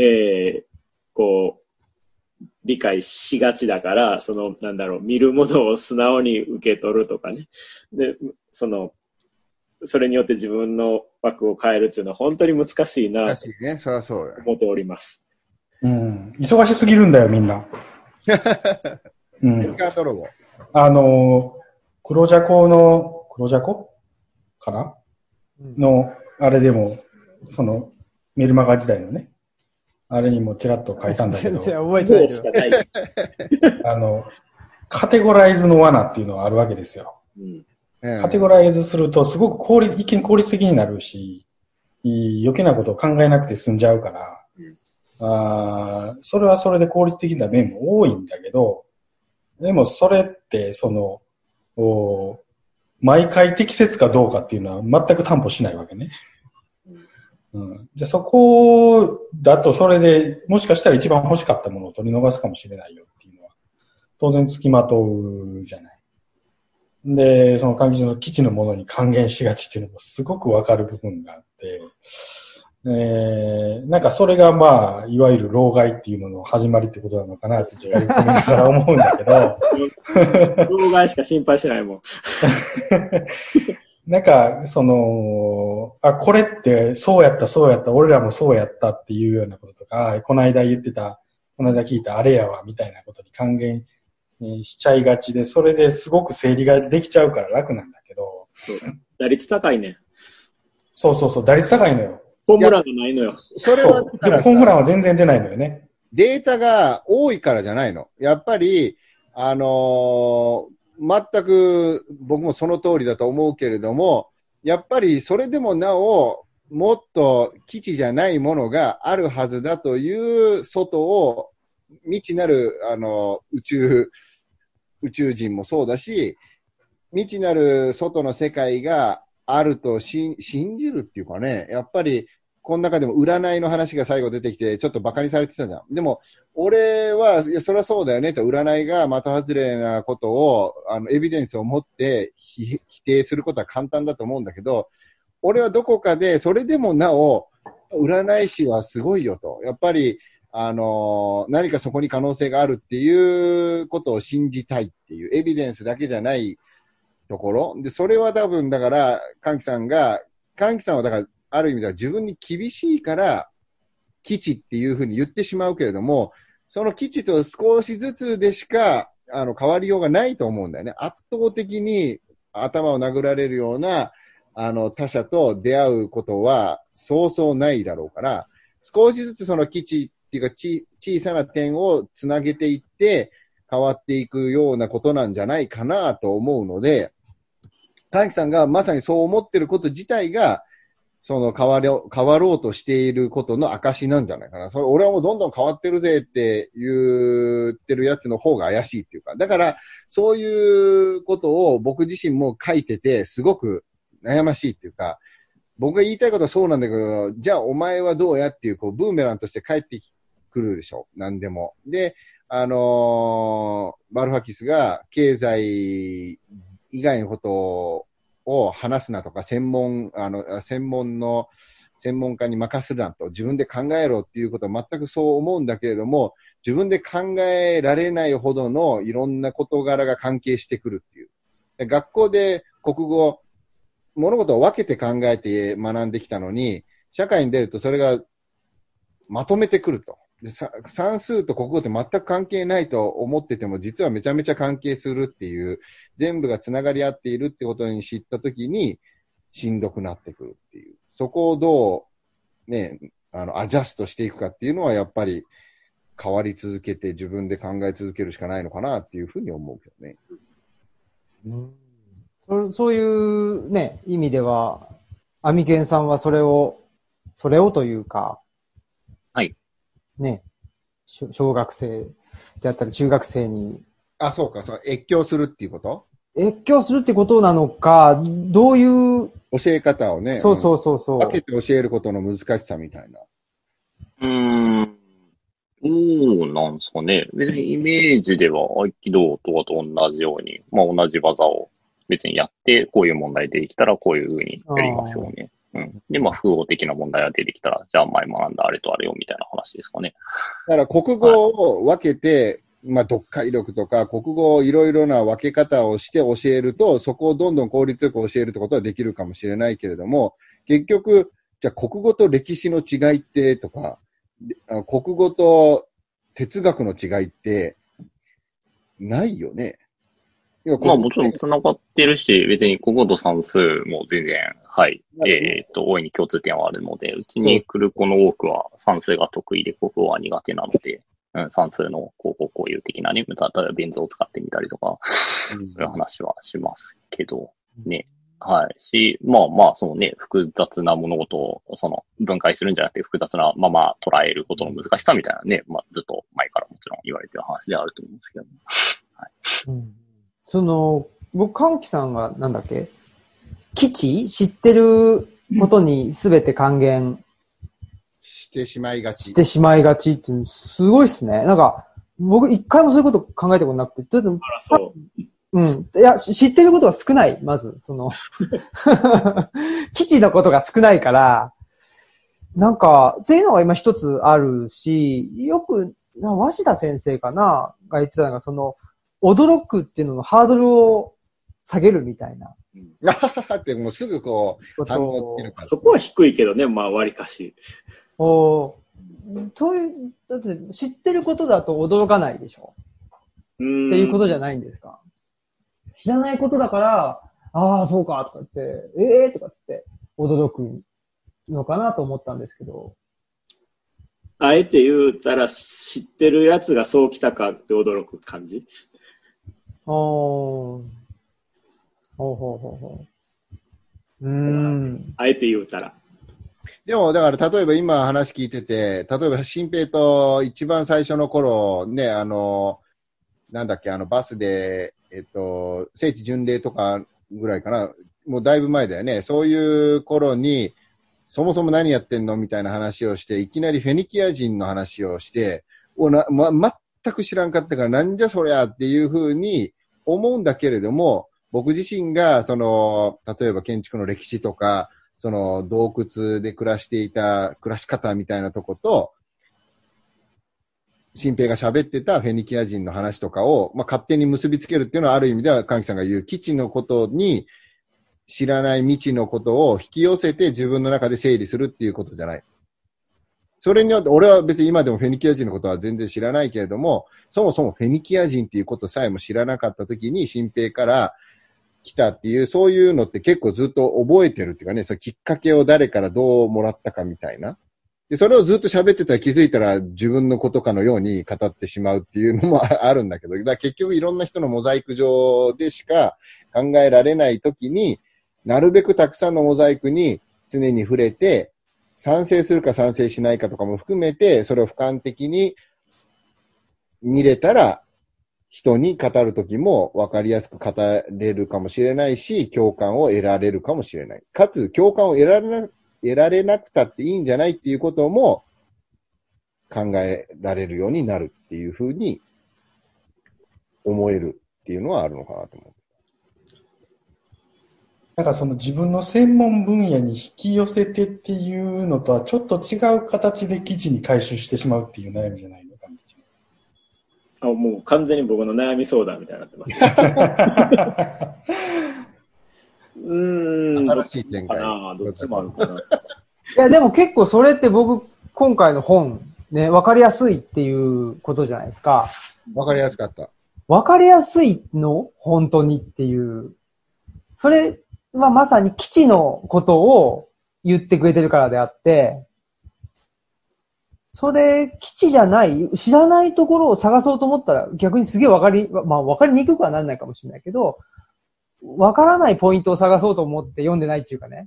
理解しがちだから、なんだろう、見るものを素直に受け取るとかね。で、それによって自分の枠を変えるっていうのは本当に難しいなと思っております。 うん。忙しすぎるんだよ、みんな。うん。黒ジャコかなの、あれでも、メルマガ時代のね、あれにもちらっと書いたんだけど。 全然覚えてないよ。 カテゴライズの罠っていうのがあるわけですよ。カテゴライズするとすごく一見効率的になるし、余計なことを考えなくて済んじゃうから、それはそれで効率的な面も多いんだけど、でもそれって、毎回適切かどうかっていうのは全く担保しないわけね。じゃあそこだとそれでもしかしたら一番欲しかったものを取り逃すかもしれないよっていうのは当然付きまとうじゃない。で、その換気の基地のものに還元しがちっていうのもすごくわかる部分があって、なんかそれがまあ、いわゆる老害っていうのの始まりってことなのかなって自分でながら思うんだけど。 老害しか心配しないもん。 なんか、これってそうやった、俺らもそうやったっていうようなこととか、この間聞いたあれやわみたいなことに還元しちゃいがちで、それですごく整理ができちゃうから楽なんだけど。 打率高いね。 そう、打率高いのよ。 ホームランがないのよ。 それはでもホームランは全然出ないのよね。 データが多いからじゃないの。やっぱり、全く僕もその通りだと思うけれども、やっぱりそれでもなお、もっと基地じゃないものがあるはずだという外を、未知なる、宇宙人もそうだし、未知なる外の世界があると信じるっていうかね、やっぱり、この中でも占いの話が最後出てきて、ちょっと馬鹿にされてたじゃん。でも、俺は、いや、それはそうだよねと、占いが的外れなことを、エビデンスを持って否定することは簡単だと思うんだけど、俺はどこかで、それでもなお、占い師はすごいよと。やっぱり、何かそこに可能性があるっていうことを信じたいっていう、エビデンスだけじゃないところ。で、それは多分、だから、歓喜さんはだから、ある意味では自分に厳しいから、基地っていうふうに言ってしまうけれども、 その基地と少しずつでしか、変わりようがないと思うんだよね。圧倒的に頭を殴られるような、他者と出会うことは、そうそうないだろうから、少しずつその基地っていうか、小さな点をつなげていって、変わっていくようなことなんじゃないかなと思うので、大樹さんがまさにそう思ってること自体が、その変わろうとしていることの証なんじゃないかな。俺はもうどんどん変わってるぜって言ってるやつの方が怪しいっていうか。だから、そういうことを僕自身も書いてて、すごく悩ましいっていうか、僕が言いたいことはそうなんだけど、じゃあお前はどうやっていう、ブーメランとして帰ってくるでしょ。何でも。で、バルファキスが経済以外のことを話すなとか、専門家に任せるなと、自分で考えろっていうことは全くそう思うんだけれども、自分で考えられないほどのいろんな事柄が関係してくるっていう。学校で国語、物事を分けて考えて学んできたのに、社会に出るとそれがまとめてくると。で算数と国語って全く関係ないと思ってても、実はめちゃめちゃ関係するっていう、全部がつながり合っているってことに知ったときに、しんどくなってくるっていう。そこをどう、ね、アジャストしていくかっていうのは、やっぱり変わり続けて自分で考え続けるしかないのかなっていうふうに思うけどね。 そういうね、意味では、アミケンさんはそれをというか、 はい。 ね、小学生であったり中学生に。 あ、そうか、越境するっていうこと？ 越境するってことなのか、どういう。 教え方をね。 そう。 分けて教えることの難しさみたいな。 どうなんですかね。別にイメージでは合気道とかと同じように、まあ同じ技を別にやって、こういう問題できたらこういうふうにやりましょうね。で、まあ複合的な問題が出てきたら、じゃあ前学んだあれとあれよみたいな話ですかね。 だから国語を分けて、まあ読解力とか国語をいろいろな分け方をして教えると、そこをどんどん効率よく教えるってことはできるかもしれないけれども、結局、じゃあ国語と歴史の違いってとか、国語と哲学の違いってないよね。 まあもちろん繋がってるし、別に国語と算数も全然、はい。大いに共通点はあるので、うちに来る子の多くは算数が得意で国語は苦手なので、算数のこういう的なね、例えばベン図を使ってみたりとか、そういう話はしますけど、ね。はい。まあ、そのね、複雑な物事を、分解するんじゃなくて複雑なまま捉えることの難しさみたいなね、まあ、ずっと前からもちろん言われてる話ではあると思うんですけど。はい。 僕、かんきさんが、なんだっけ？基地？知ってることにすべて還元してしまいがちっていう、すごいっすね。なんか、僕一回もそういうこと考えたことなくて、とりあえず、いや、知ってることが少ない、まず。基地のことが少ないから、なんか、っていうのが今一つあるし、よく、鷲田先生かなが言ってたのが、驚くっていうののハードルを下げるみたいな。 ってもうすぐ反応ってるから。 そこは低いけどね、まあ割かし。 だって知ってることだと驚かないでしょっていうことじゃないんですか？知らないことだから、ああ、そうか、とか言って、とかって驚くのかなと思ったんですけど。 あえて言うたら、知ってるやつがそうきたかって驚く感じ？ ほう。 あえて言うたら。 でも、だから、例えば今話聞いてて、例えば、新平と一番最初の頃、ね、なんだっけ、バスで、聖地巡礼とかぐらいかな、もうだいぶ前だよね。そういう頃に、そもそも何やってんのみたいな話をして、いきなりフェニキア人の話をして、全く知らんかったから、なんじゃそりゃっていうふうに思うんだけれども、僕自身が、例えば建築の歴史とか、洞窟で暮らしていた暮らし方みたいなとこと、新平が喋ってたフェニキア人の話とかを、まあ、勝手に結びつけるっていうのはある意味では、神木さんが言う基地のことに知らない未知のことを引き寄せて自分の中で整理するっていうことじゃない。 それによって、俺は別に今でもフェニキア人のことは全然知らないけれども、そもそもフェニキア人っていうことさえも知らなかった時に、新平から来たっていう、そういうのって結構ずっと覚えてるっていうかね、そのきっかけを誰からどうもらったかみたいな。で、それをずっと喋ってたら気づいたら自分のことかのように語ってしまうっていうのもあるんだけど、だから結局いろんな人のモザイク上でしか考えられない時に、なるべくたくさんのモザイクに常に触れて、賛成するか賛成しないかとかも含めて、それを俯瞰的に見れたら、人に語るときも分かりやすく語れるかもしれないし、共感を得られるかもしれない。かつ、共感を得られなくたっていいんじゃないっていうことも考えられるようになるっていうふうに思えるっていうのはあるのかなと思う。 なんかその自分の専門分野に引き寄せてっていうのとはちょっと違う形で記事に回収してしまうっていう悩みじゃないのかみたいな。もう完全に僕の悩み相談みたいになってます、ね。 新しい展開。 どっちもあるかな。いや、でも結構それって僕、今回の本、ね、わかりやすいっていうことじゃないですか。 わかりやすかった。 わかりやすいの本当にっていう。それはまさに基地のことを言ってくれてるからであって、それ基地じゃない、知らないところを探そうと思ったら逆にすげえわかりにくくはなんないかもしれないけど、わからないポイントを探そうと思って読んでないっていうかね。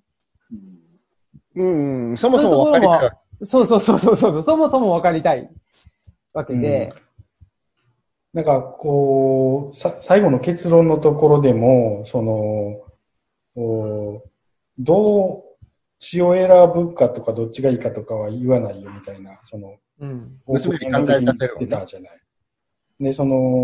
そもそもわかりたい。 そう、そもそもわかりたいわけで。 なんかこう、最後の結論のところでも、どう血を選ぶかとかどっちがいいかとかは言わないよみたいな、 娘に考え立てる出たじゃない。で、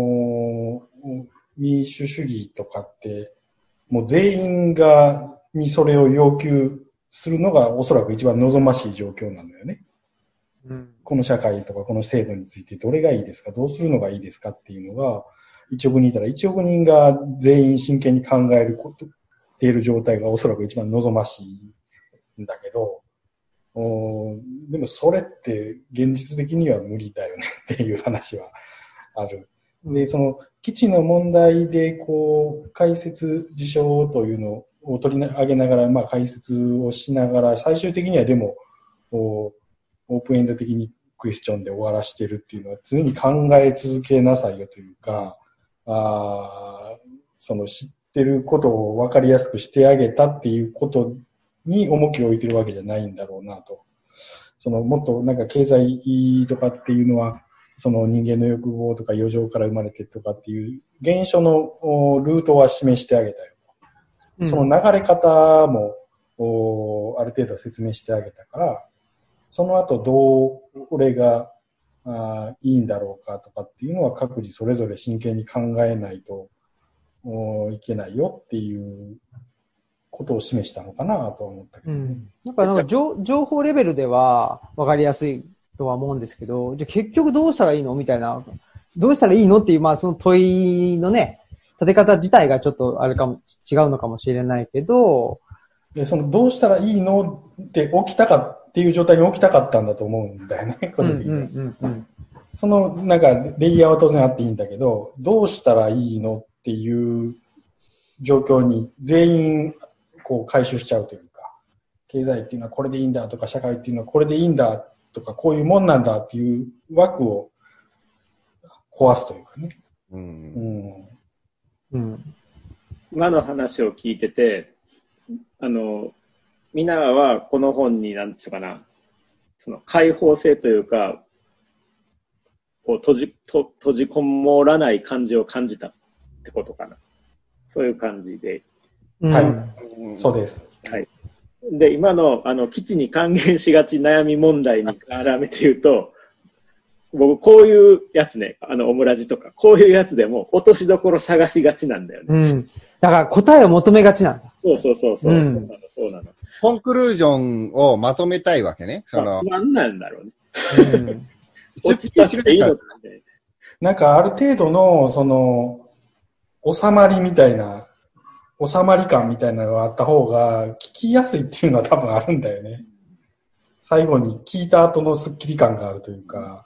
民主主義とかって、もう全員にそれを要求するのがおそらく一番望ましい状況なんだよね。この社会とかこの制度についてどれがいいですか、どうするのがいいですかっていうのが、1億人いたら1億人が全員真剣に考えることっている状態がおそらく一番望ましいんだけど、でもそれって現実的には無理だよねっていう話はある。で、基地の問題で解説事象というのを取り上げながら、解説をしながら、最終的にはでも、オープンエンド的にクエスチョンで終わらしてるっていうのは常に考え続けなさいよというか、知ってることを分かりやすくしてあげたっていうことに重きを置いてるわけじゃないんだろうなと。もっとなんか経済とかっていうのは、人間の欲望とか余剰から生まれてとかっていう現象のルートは示してあげたよ。その流れ方もある程度説明してあげたから、その後どうこれがいいんだろうかとかっていうのは各自それぞれ真剣に考えないといけないよっていうことを示したのかなと思ったけど、 なんか情報レベルでは分かりやすいとは思うんですけど、じゃ結局どうしたらいいのみたいな、どうしたらいいのっていう、その問いのね、立て方自体がちょっと違うのかもしれないけど、 でどうしたらいいのってっていう状態に起きたかったんだと思うんだよね、個人的に。なんか、レイヤーは当然あっていいんだけど、どうしたらいいのっていう状況に全員、回収しちゃうというか、経済っていうのはこれでいいんだとか、社会っていうのはこれでいいんだとか、こういうもんなんだっていう枠を壊すというかね。 今の話を聞いてて、みんなはこの本になんていうかな、開放性というか、閉じこもらない感じを感じたってことかな。そういう感じで。 はい。そうです。 はい。で、今の、基地に還元しがち悩み問題に絡めて言うと、僕、こういうやつね、オムラジとか、こういうやつでも落としどころ探しがちなんだよね。 だから答えを求めがちなんだ。 そう。そうなの。 コンクルージョンをまとめたいわけね。 何なんだろうね。落ちたっていいのかね。 なんかある程度の、収まり感みたいなのがあった方が聞きやすいっていうのは多分あるんだよね。 最後に聞いた後のスッキリ感があるというか、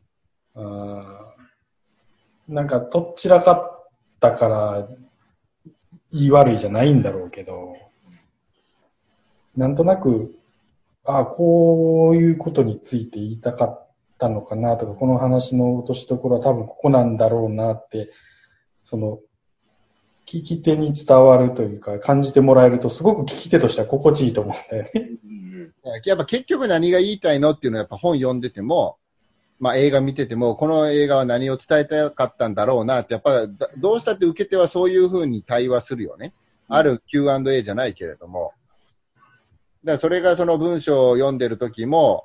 なんかとっちらかったから言い悪いじゃないんだろうけど、なんとなく、こういうことについて言いたかったのかなとか、この話の落としどころは多分ここなんだろうなって、その、聞き手に伝わるというか、感じてもらえると、すごく聞き手としては心地いいと思うんだよね。 やっぱ結局何が言いたいのっていうのはやっぱ本読んでても、まあ映画見てても、この映画は何を伝えたかったんだろうなって、やっぱどうしたって受け手はそういうふうに対話するよね。ある Q&A じゃないけれども。だからそれがその文章を読んでる時も、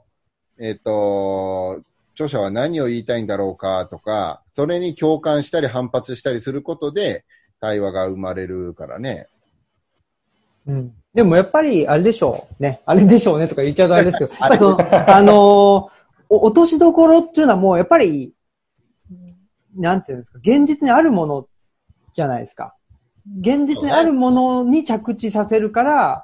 著者は何を言いたいんだろうかとか、それに共感したり反発したりすることで対話が生まれるからね。 うん。でもやっぱり、あれでしょうね。あれでしょうねとか言っちゃうとあれですけど、やっぱりその、落としどころっていうのはもうやっぱり、なんていうんですか、現実にあるものじゃないですか。現実にあるものに着地させるから、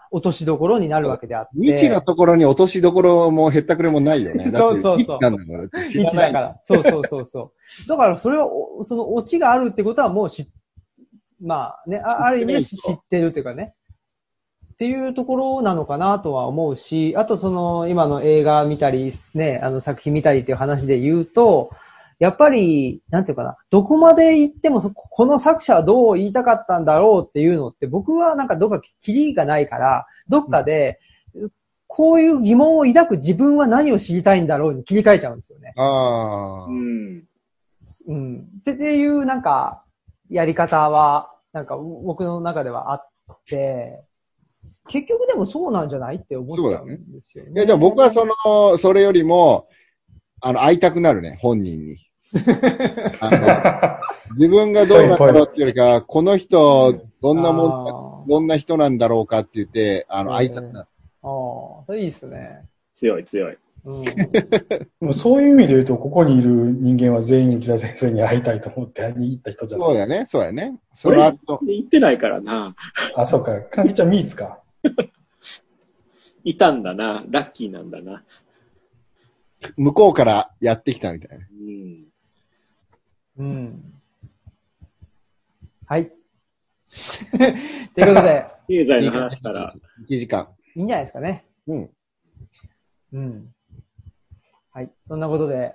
落としどころになるわけであって。 未知のところに落としどころもへったくれもないよね。 そうそうそう。 未知だから。そうそうそうそう。だからそれは、そのオチがあるってことはもうまあね、ある意味で知ってるっていうかね。っていうところなのかなとは思うし、あとその今の映画見たりね、作品見たりっていう話で言うと、やっぱり、なんていうかな、どこまで行ってもこの作者はどう言いたかったんだろうっていうのって僕はなんかどっかキリがないから、どっかで、こういう疑問を抱く自分は何を知りたいんだろうに切り替えちゃうんですよね。っていうなんか、やり方は、なんか僕の中ではあって、結局でもそうなんじゃないって思っちゃうんですよね。 いや、でも僕はそれよりも、会いたくなるね、本人に。自分がどうなんだろうっていうよりか、この人、どんな人なんだろうかって言って、会いたくなる。 それいいっすね。 強い強い。 でもそういう意味で言うと、ここにいる人間は全員内田先生に会いたいと思って会いに行った人じゃない。 そうやね、そうやね。 それ言ってないからな。 そうか。かぎちゃんミーツか。 いたんだな。ラッキーなんだな。 向こうからやってきたみたいな。 はい。ということで。 経済の話から。 1時間。 いいんじゃないですかね。はい。そんなことで。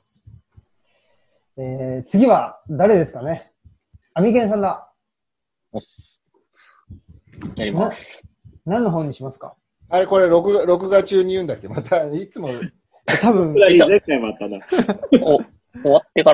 次は誰ですかね。アミケンさんだ。 やります。 何の本にしますか？ あれ、これ録画中に言うんだっけ？また、いつも。 多分。 前回もあったな。 終わってから、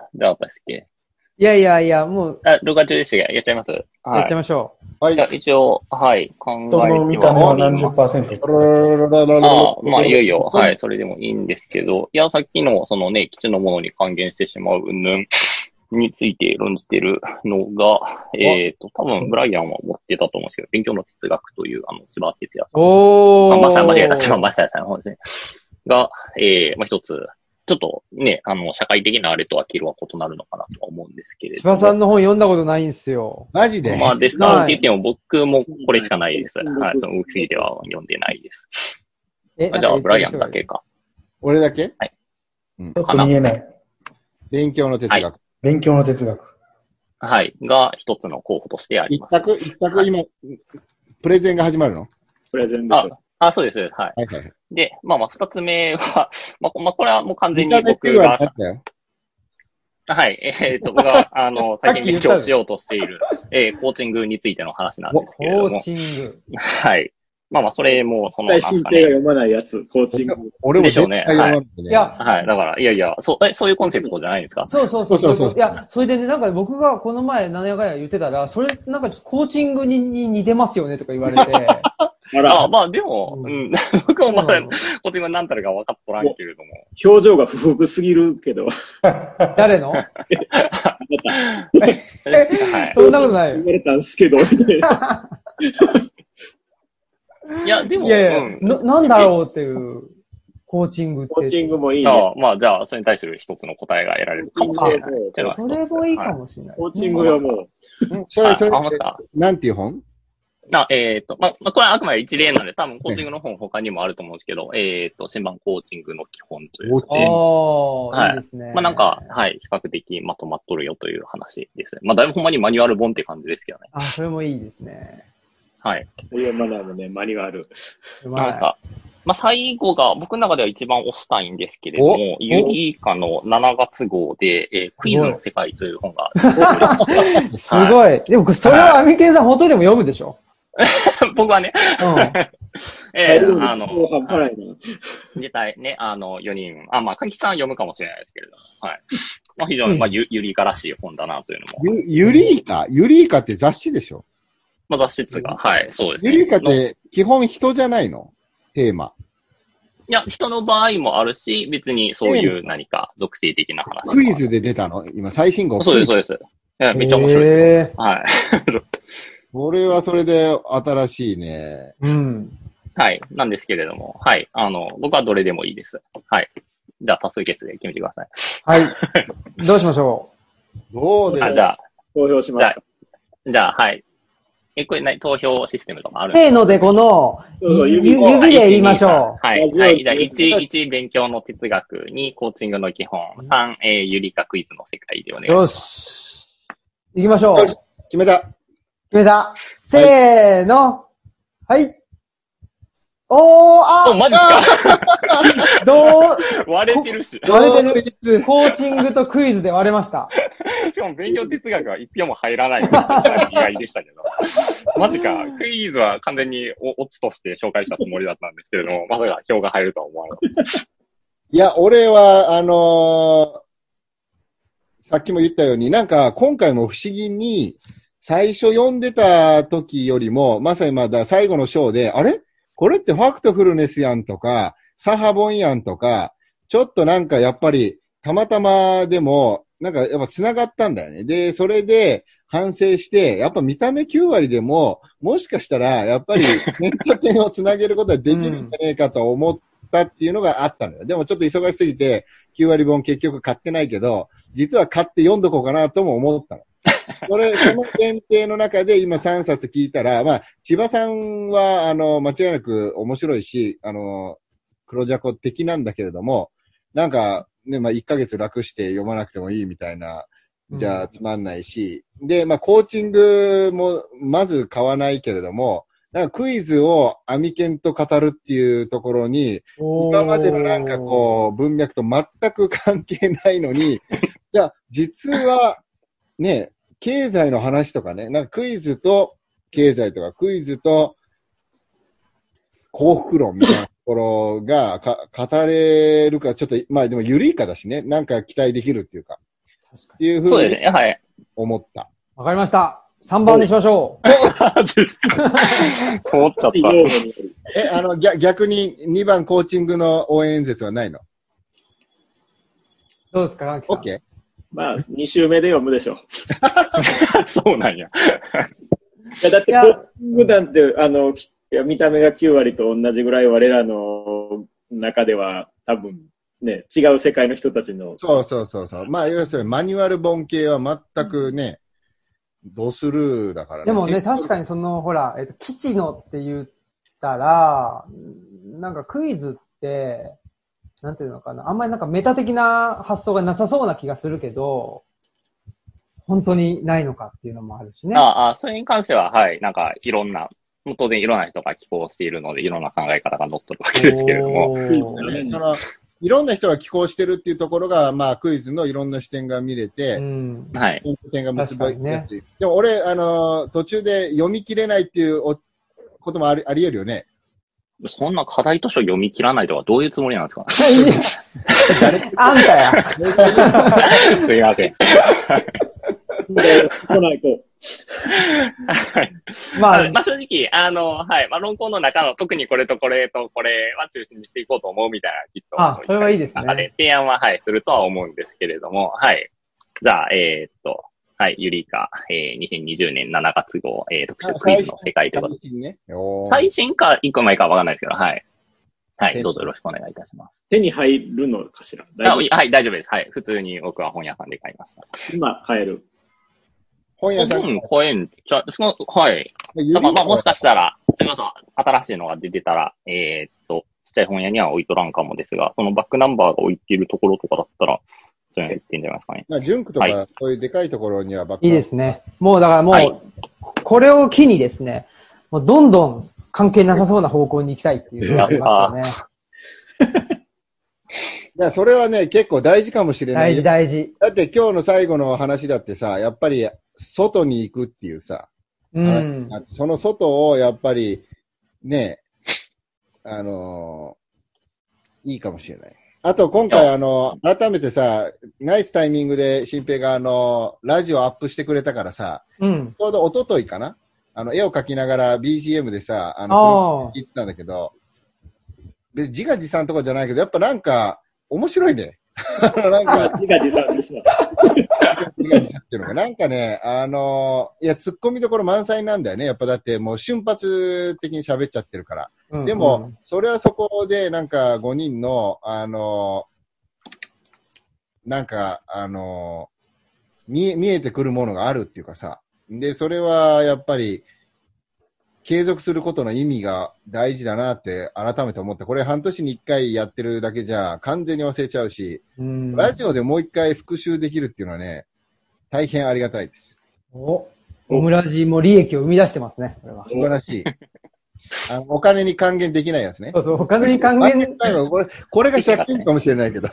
じゃあ、ですっけ？ いや、もう。 録画中でしたっけ？やっちゃいます？ はい。やっちゃいましょう。はい。 一応、はい、考えては。 人の見た目は何十%？ まあ、いよいよ、はい、それでもいいんですけど、いや、さっきの、そのね、基地のものに還元してしまう云々について論じてるのが、多分、ブライアンは持ってたと思うんですけど、勉強の哲学という、千葉哲也さん。間違えた、千葉正也さんの方ですね。が、まあ、一つ、ちょっとね、社会的なあれとはキルは異なるのかなとは思うんですけれども。 千葉さんの本読んだことないんですよ。 マジで？ まあ、ですからって言っても僕もこれしかないです。はい、その動きすぎては読んでないです。じゃあ、ブライアンだけか。 俺だけ？ はい。ちょっと見えない。 勉強の哲学。 勉強の哲学。 はい。が一つの候補としてあります。 一択今、プレゼンが始まるの？ プレゼンでしょ。 そうです。はい。 はいはい。 で、二つ目は、これはもう完全に僕が、はい。僕が、最近勉強しようとしている、コーチングについての話なんですけれども。 コーチング。 はい。それも、 絶対新平が読まないやつ、コーチング。 俺も絶対読まない。 いや、 はい。だから、いや、そういうコンセプトじゃないですか。 そう。いや、それでね、なんか僕がこの前、何やかんや言ってたら、それ、なんかコーチングに似てますよねとか言われて。 でも、僕もまだ、こっちが何たるか分かっとらんけれども。 表情が不服すぎるけど。 誰の？そんなことないよ。 言われたんすけど。 いや、でも、 なんだろうっていう、コーチングって。 コーチングもいいね。 じゃあ、それに対する一つの答えが得られるかもしれない。 それもいいかもしれない。 コーチングはもう。 それ、なんていう本？ これはあくまで一例なんで、多分コーチングの本他にもあると思うんですけど、新版コーチングの基本というか、 はい。いいですね。 はい、比較的まとまっとるよという話ですね。だいぶほんまにマニュアル本って感じですけどね。 それもいいですね。 はい。 読まないもね、マニュアル。 なんですか。最後が、僕の中では一番推したいんですけれども、ユリーカの7月号で、クイズの世界という本が。 すごい。でも、それはアミケンさん本当にでも読むでしょ？ 僕はね。実際ね、4人、かきさんは読むかもしれないですけれども、はい。非常に、ユリーカらしい本だなというのも。 ユリーカって雑誌でしょ？ 雑誌が、はい、そうですね。 ユリーカって基本人じゃないの？テーマ。 いや、人の場合もあるし、別にそういう何か属性的な話。 クイズで出たの？今、最新号。 そうです、そうです。めっちゃ面白いです。はい。 それはそれで新しいね。 うん。 はい。なんですけれども、はい。僕はどれでもいいです。はい。じゃあ、多数決で決めてください。 はい。どうしましょう？どうでしょう？ じゃあ、投票しますか。 じゃあ、はい。これ投票システムとかあるんですか？せーのでこの、指で言いましょう。はい。じゃあ、1勉強の哲学、2コーチングの基本、3ユリカクイズの世界でお願いします。 よし。行きましょう。 決めた。 せーの。はい。マジか割れてるし。 割れてる。コーチングとクイズで割れました。 しかも勉強哲学は一票も入らない意外でしたけど。マジか。クイズは完全にオチとして紹介したつもりだったんですけれども、まさか票が入るとは思わなかった。 いや、俺は、さっきも言ったように、なんか今回も不思議に、最初読んでた時よりも、まさに最後の章で、あれこれってファクトフルネスやんとか、サハボンやんとか、ちょっとなんかやっぱり、たまたまでも、なんかやっぱ繋がったんだよね。で、それで反省して、やっぱ見た目9割でも、もしかしたら、やっぱり、点と点を繋げることはできるんじゃねえかと思ったっていうのがあったのよ。でもちょっと忙しすぎて、9割本結局買ってないけど、実は買って読んどこうかなとも思ったの。その限定の中で今3冊聞いたら、千葉さんは、間違いなく面白いし、黒ジャコ的なんだけれども、なんか、ね、1ヶ月楽して読まなくてもいいみたいな、じゃあつまんないし、で、コーチングもまず買わないけれども、なんかクイズをアミケンと語るっていうところに、今までのなんかこう、文脈と全く関係ないのに、じゃあ実は、ね、経済の話とかね、なんかクイズと経済とか、クイズと幸福論みたいなところが語れるか、ちょっと、でもユリーカだしね、なんか期待できるっていうか、っていうふうにそうですね、はい。 思った。 わかりました。3番にしましょう。 思っちゃった。 逆に2番コーチングの応援演説はないの？ どうですか、カンキさん。 OK？ 2週目で読むでしょ。 そうなんや。 だって、コーチングなんて、見た目が9割と同じぐらい我らの中では多分ね、違う世界の人たちの。 そう。要するにマニュアル本系は全くね、ドスルーだからね。 でもね、確かにほら、基地のって言ったら、なんかクイズって、なんていうのかな。あんまりなんかメタ的な発想がなさそうな気がするけど、本当にないのかっていうのもあるしね。 それに関しては、はい、なんかいろんな、当然いろんな人が寄稿しているので、いろんな考え方が載っとるわけですけれども。 いろんな人が寄稿してるっていうところが、クイズのいろんな視点が見れて、 はい。 点が結ばれて、ね、でも俺、途中で読み切れないっていうこともあり得るよね。 そんな課題図書読み切らないとはどういうつもりなんですか？ あんたや。 すいません。 来ないと。 正直、はい。論考の中の特にこれとこれとこれは中心にしていこうと思うみたいな、きっと。 それはいいですね。 中で提案は、はい、するとは思うんですけれども、はい。じゃあ、はい、ユリーカ、2020年7月号、特集クイズの世界ということで。最新か、1個前かわかんないですけど、はい。はい、どうぞよろしくお願いいたします。 手に入るのかしら？ はい、大丈夫です。はい。普通に僕は本屋さんで買いました。 今買える。 本屋さん。 多分超えんちゃ、はい。だからまあもしかしたら、それこそ新しいのが出てたら、ちっちゃい本屋には置いとらんかもですが、そのバックナンバーが置いているところとかだったら、そういうの言ってんじゃないですかね。 まあ、ジュンクとか、そういうでかいところにはバックいいですね。もうだからもう、これを機にですね、もうどんどん関係なさそうな方向に行きたいっていうのがありますよね。 いや、それはね、結構大事かもしれない。 大事大事。 だって今日の最後の話だってさ、やっぱり外に行くっていうさ、 うん。 その外をやっぱりね、いいかもしれない。あと今回改めてさ、ナイスタイミングで新平がラジオアップしてくれたからさ、 うん。 ちょうど一昨日かな絵を描きながら BGM でさ、言ってたんだけど、自画自賛とかじゃないけど、やっぱなんか、面白いね。なんか、 自画自賛ですね。 自画自賛っていうのが、なんかね、いや、突っ込みどころ満載なんだよね。やっぱだってもう瞬発的に喋っちゃってるから。 うん、 でも、それはそこで、なんか5人の、なんか、見えてくるものがあるっていうかさ。で、それはやっぱり、継続することの意味が大事だなって改めて思った。これ半年に一回やってるだけじゃ完全に忘れちゃうし、ラジオでもう一回復習できるっていうのはね、大変ありがたいです。 オムラジも利益を生み出してますね、これは。 素晴らしい。お金に還元できないやつね。 そうそう、お金に還元。 これが借金かもしれないけど。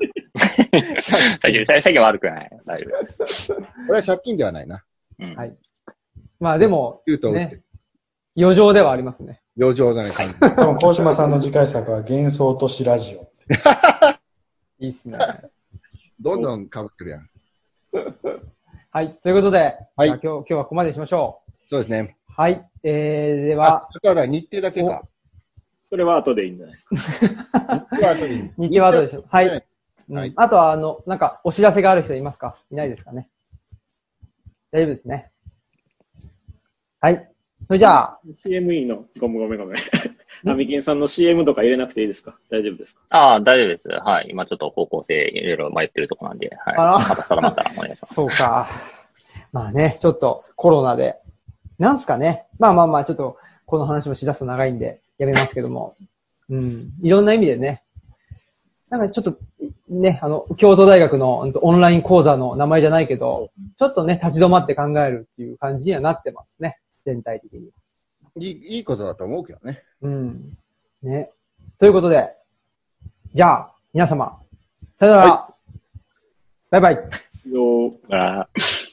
借金悪くない。大丈夫です。 これは借金ではないな。 はい。まあでも、 ね、 余剰ではありますね。 余剰だね、 高島さんの次回作は幻想都市ラジオ。 いいっすね。 どんどん被ってるやん。 はい。ということで、 はい、 今日はここまでにしましょう。 そうですね。 はい。では。 あとは日程だけか。 それは後でいいんじゃないですか。 日程は後でしょ。はい。 はい。 あとは、なんか、お知らせがある人いますか？いないですかね。大丈夫ですね。はい。それじゃあ。 CME の、ごめん。アミキンさんの CM とか入れなくていいですか？大丈夫ですか？ 大丈夫です。はい。今ちょっと方向性いろいろ迷ってるとこなんで、はい。またお願いします。 そうか。まあね、ちょっとコロナで。なんすかね。まあ、ちょっと、この話もしだすと長いんで、やめますけども。いろんな意味でね。なんかちょっと、ね、京都大学のオンライン講座の名前じゃないけど、ちょっとね、立ち止まって考えるっていう感じにはなってますね。全体的に。 いいことだと思うけどね。 ね。ということで、じゃあ、皆様、さよなら。バイバイ。